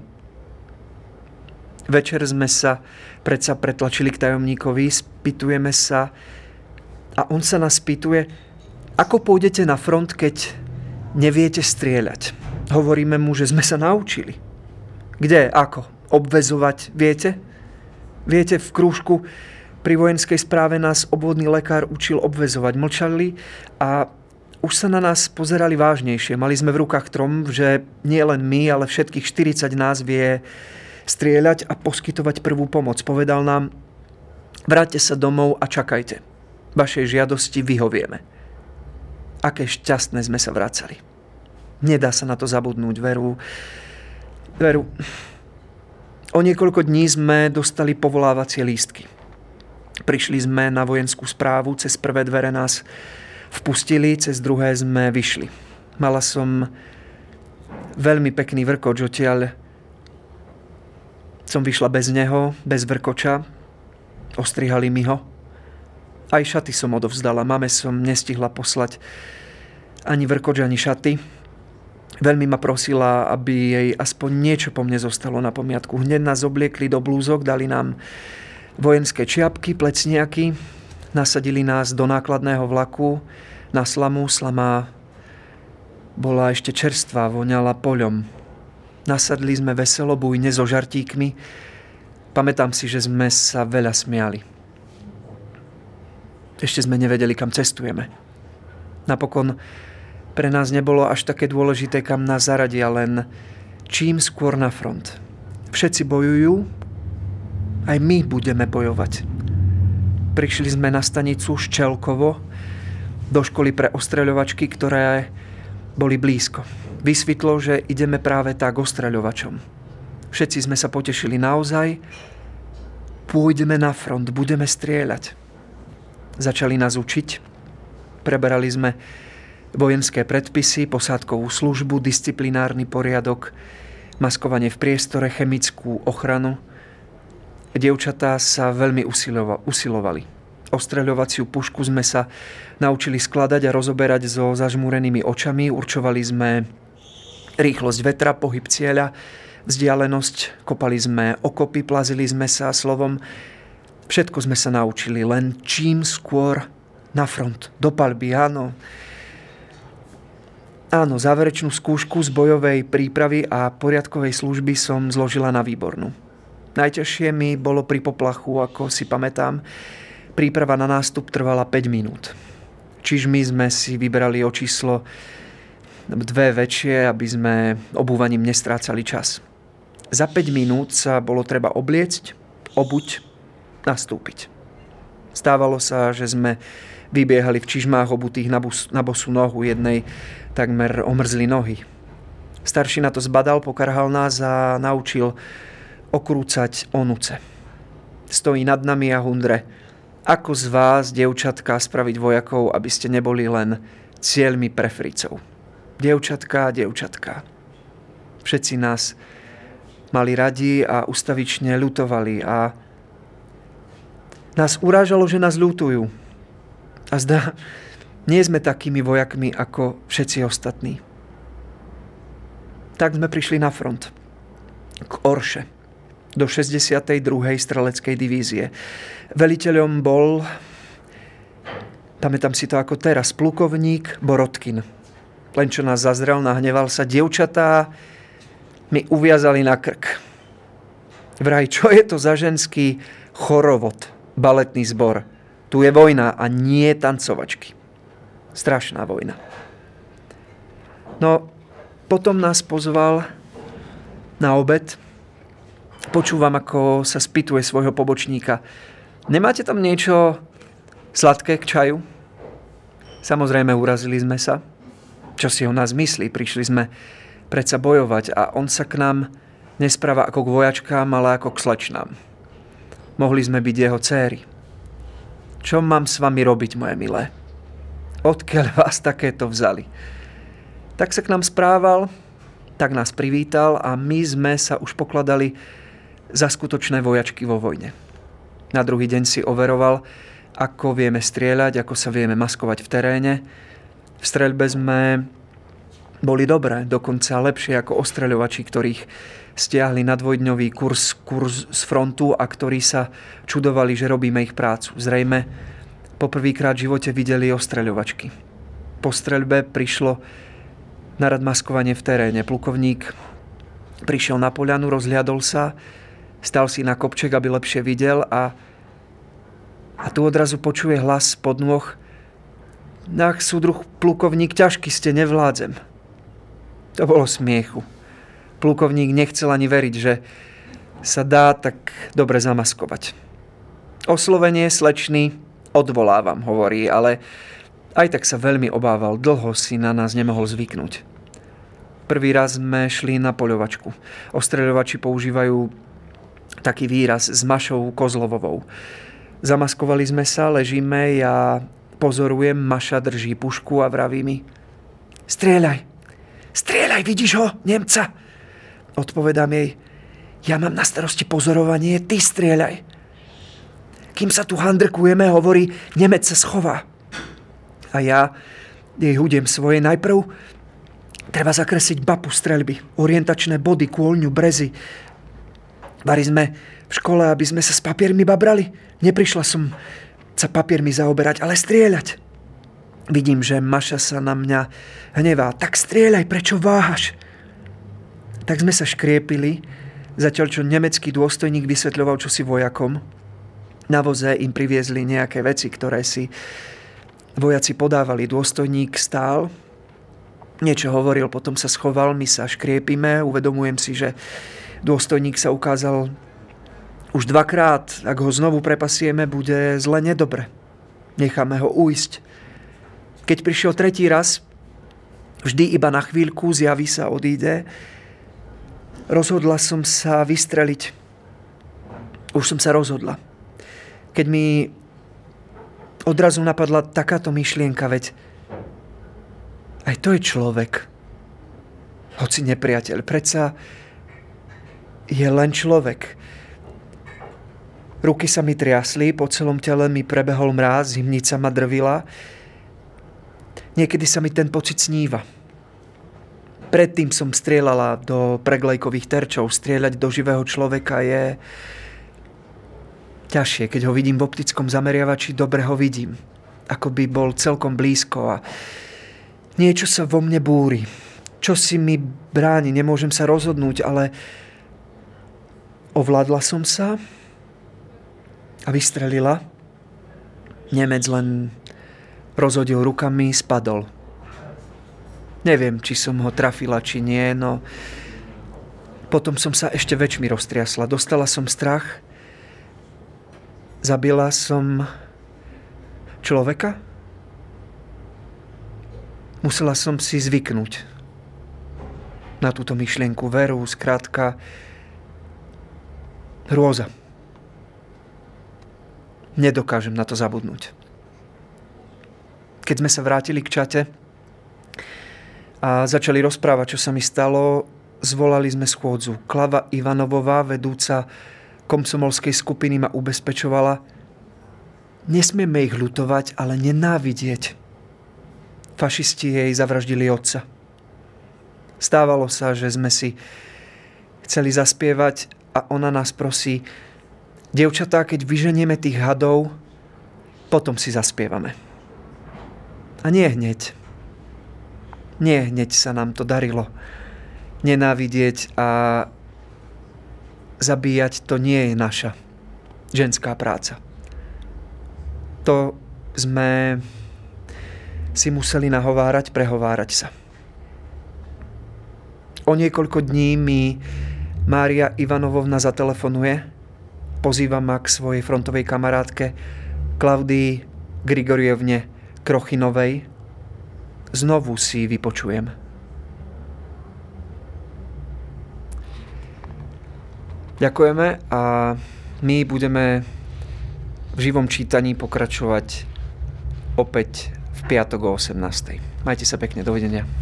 Speaker 4: Večer sme sa predsa pretlačili k tajomníkovi, spýtujeme sa a on sa nás spýtuje, ako pôjdete na front, keď neviete strieľať. Hovoríme mu, že sme sa naučili. Kde, ako? Obväzovať, viete? Viete, v krúžku pri vojenskej správe nás obvodný lekár učil obväzovať. Mlčali a už sa na nás pozerali vážnejšie. Mali sme v rukách trom, že nie len my, ale všetkých štyridsať nás vie strieľať a poskytovať prvú pomoc. Povedal nám, vráťte sa domov a čakajte. Vašej žiadosti vyhovieme. Aké šťastné sme sa vracali. Nedá sa na to zabudnúť, veru. Veru. O niekoľko dní sme dostali povolávacie lístky. Prišli sme na vojenskú správu, cez prvé dvere nás vpustili, cez druhé sme vyšli. Mala som veľmi pekný vrkoč, odtiaľ som vyšla bez neho, bez vrkoča, ostrihali mi ho. Aj šaty som odovzdala, mame som nestihla poslať ani vrkoč, ani šaty. Veľmi ma prosila, aby jej aspoň niečo po mne zostalo na pamiatku. Hneď nás obliekli do blúzok, dali nám vojenské čiapky, plecniaky, nasadili nás do nákladného vlaku na slamu. Slama bola ešte čerstvá, voňala poľom. Nasadli sme veselo, bujne so žartíkmi. Pamätám si, že sme sa veľa smiali. Ešte sme nevedeli, kam cestujeme. Napokon pre nás nebolo až také dôležité, kam nás zaradia, len čím skôr na front. Všetci bojujú, aj my budeme bojovať. Prišli sme na stanicu Ščelkovo, do školy pre ostreľovačky, ktoré boli blízko. Vysvetlo, že ideme práve tak ostreľovačom. Všetci sme sa potešili naozaj. Pôjdeme na front, budeme strieľať. Začali nás učiť. Preberali sme vojenské predpisy, posádkovú službu, disciplinárny poriadok, maskovanie v priestore, chemickú ochranu. Dievčatá sa veľmi usilovali. Ostreľovaciu pušku sme sa naučili skladať a rozoberať so zažmúrenými očami. Určovali sme rýchlosť vetra, pohyb cieľa, vzdialenosť, kopali sme okopy, plazili sme sa, slovom všetko sme sa naučili, len čím skôr na front, do paľby, áno. Áno, záverečnú skúšku z bojovej prípravy a poriadkovej služby som zložila na výbornú. Najťažšie mi bolo pri poplachu, ako si pamätám. Príprava na nástup trvala päť minút. Čiže my sme si vybrali o číslo dve väčšie, aby sme obúvaním nestrácali čas. Za päť minút sa bolo treba obliecť, obuť, nastúpiť. Stávalo sa, že sme vybiehali v čižmách obutých na, bus, na bosú nohu, jednej takmer omrzli nohy. Starší na to zbadal, pokarhal nás a naučil okrúcať onuce. Stojí nad nami a hundre. Ako z vás, dievčatka, spraviť vojakov, aby ste neboli len cieľmi pre fricov. Dievčatka, dievčatka. Všetci nás mali radi a ustavične ľutovali a nás urážalo, že nás ľutujú. A zdá, nie sme takými vojakmi ako všetci ostatní. Tak sme prišli na front. K Orše. Do šesťdesiatej druhej streleckej divízie. Veliteľom bol Pamätám si to ako teraz. Plukovník Borodkin. Len čo nás zazrel, nahneval sa. Dievčatá mi uviazali na krk. Vraj, čo je to za ženský chorovod, baletný zbor? Tu je vojna a nie tancovačky. Strašná vojna. No, potom nás pozval na obed. Počúvam, ako sa spýtuje svojho pobočníka. Nemáte tam niečo sladké k čaju? Samozrejme, urazili sme sa. Čo si o nás myslí? Prišli sme predsa bojovať a on sa k nám nespráva ako k vojačkám, ale ako k slečnám. Mohli sme byť jeho céry. Čo mám s vami robiť, moje milé? Odkiaľ vás takéto vzali? Tak sa k nám správal, tak nás privítal a my sme sa už pokladali za skutočné vojačky vo vojne. Na druhý deň si overoval, ako vieme strieľať, ako sa vieme maskovať v teréne. V streľbe sme boli dobré, dokonca lepšie ako ostreľovači, ktorých stiahli na dvojdňový kurz, kurz z frontu a ktorí sa čudovali, že robíme ich prácu. Zrejme poprvýkrát v živote videli ostreľovačky. Po streľbe prišlo na rad maskovanie v teréne. Plukovník prišiel na poľanu, rozhliadol sa, stal si na kopček, aby lepšie videl a, a tu odrazu počuje hlas pod nôh: Ach, súdruh plukovník, ťažký ste, nevládzem. To bolo smiechu. Plukovník nechcel ani veriť, že sa dá tak dobre zamaskovať. Oslovenie slečny odvolávam, hovorí, ale aj tak sa veľmi obával. Dlho si na nás nemohol zvyknúť. Prvý raz sme šli na poľovačku. Ostreľovači používajú taký výraz s Mašou Kozlovovou. Zamaskovali sme sa, ležíme, ja pozorujem, Maša drží pušku a vraví mi: Strieľaj, strieľaj, vidíš ho, Nemca? Odpovedám jej: Ja mám na starosti pozorovanie, ty strieľaj. Kým sa tu handrkujeme, hovorí: Nemec sa schová. A ja jej hudiem svoje. Najprv treba zakresliť mapu streľby, orientačné body, kôľňu, brezy. Vari sme v škole, aby sme sa s papiermi babrali. Neprišla som sa papiermi zaoberať, ale strieľať. Vidím, že Maša sa na mňa hnevá. Tak strieľaj, prečo váhaš? Tak sme sa škriepili, zatiaľ čo nemecký dôstojník vysvetľoval čosi vojakom. Na voze im priviezli nejaké veci, ktoré si vojaci podávali. Dôstojník stál, niečo hovoril, potom sa schoval, my sa škriepime. Uvedomujem si, že dôstojník sa ukázal už dvakrát. Ak ho znovu prepasieme, bude zle nedobre. Necháme ho ujsť. Keď prišiel tretí raz, vždy iba na chvíľku, zjaví sa, odíde. Rozhodla som sa vystreliť. Už som sa rozhodla. Keď mi odrazu napadla takáto myšlienka, veď aj to je človek. Hoci nepriateľ, predsa je len človek. Ruky sa mi triasli, po celom tele mi prebehol mráz, zimnica ma drvila. Niekedy sa mi ten pocit sníva. Predtým som strieľala do preglejkových terčov. Strieľať do živého človeka je ťažšie. Keď ho vidím v optickom zameriavači, dobre ho vidím. Ako by bol celkom blízko a niečo sa vo mne búri. Čo si mi bráni, nemôžem sa rozhodnúť, ale ovládla som sa a vystrelila. Nemec len rozhodil rukami, spadol. Neviem, či som ho trafila, či nie, no potom som sa ešte väčšmi roztriasla. Dostala som strach. Zabila som človeka. Musela som si zvyknúť na túto myšlienku. Veru, skrátka, hrôza. Nedokážem na to zabudnúť. Keď sme sa vrátili k čate a začali rozprávať, čo sa mi stalo, zvolali sme schôdzu. Klava Ivanovová, vedúca komsomolskej skupiny, ma ubezpečovala: nesmieme ich ľutovať, ale nenávidieť. Fašisti jej zavraždili otca. Stávalo sa, že sme si chceli zaspievať a ona nás prosí: dievčatá, keď vyženieme tých hadov, potom si zaspievame. A nie hneď. Nie hneď sa nám to darilo. Nenávidieť a zabíjať to nie je naša ženská práca. To sme si museli nahovárať, prehovárať sa. O niekoľko dní mi Mária Ivanovovna zatelefonuje, pozýva ma k svojej frontovej kamarátke Klaudii Grigorievne Krochinovej. Znovu si vypočujem. Ďakujeme a my budeme v živom čítaní pokračovať opäť v piatok o osemnástej. Majte sa pekne, dovidenia.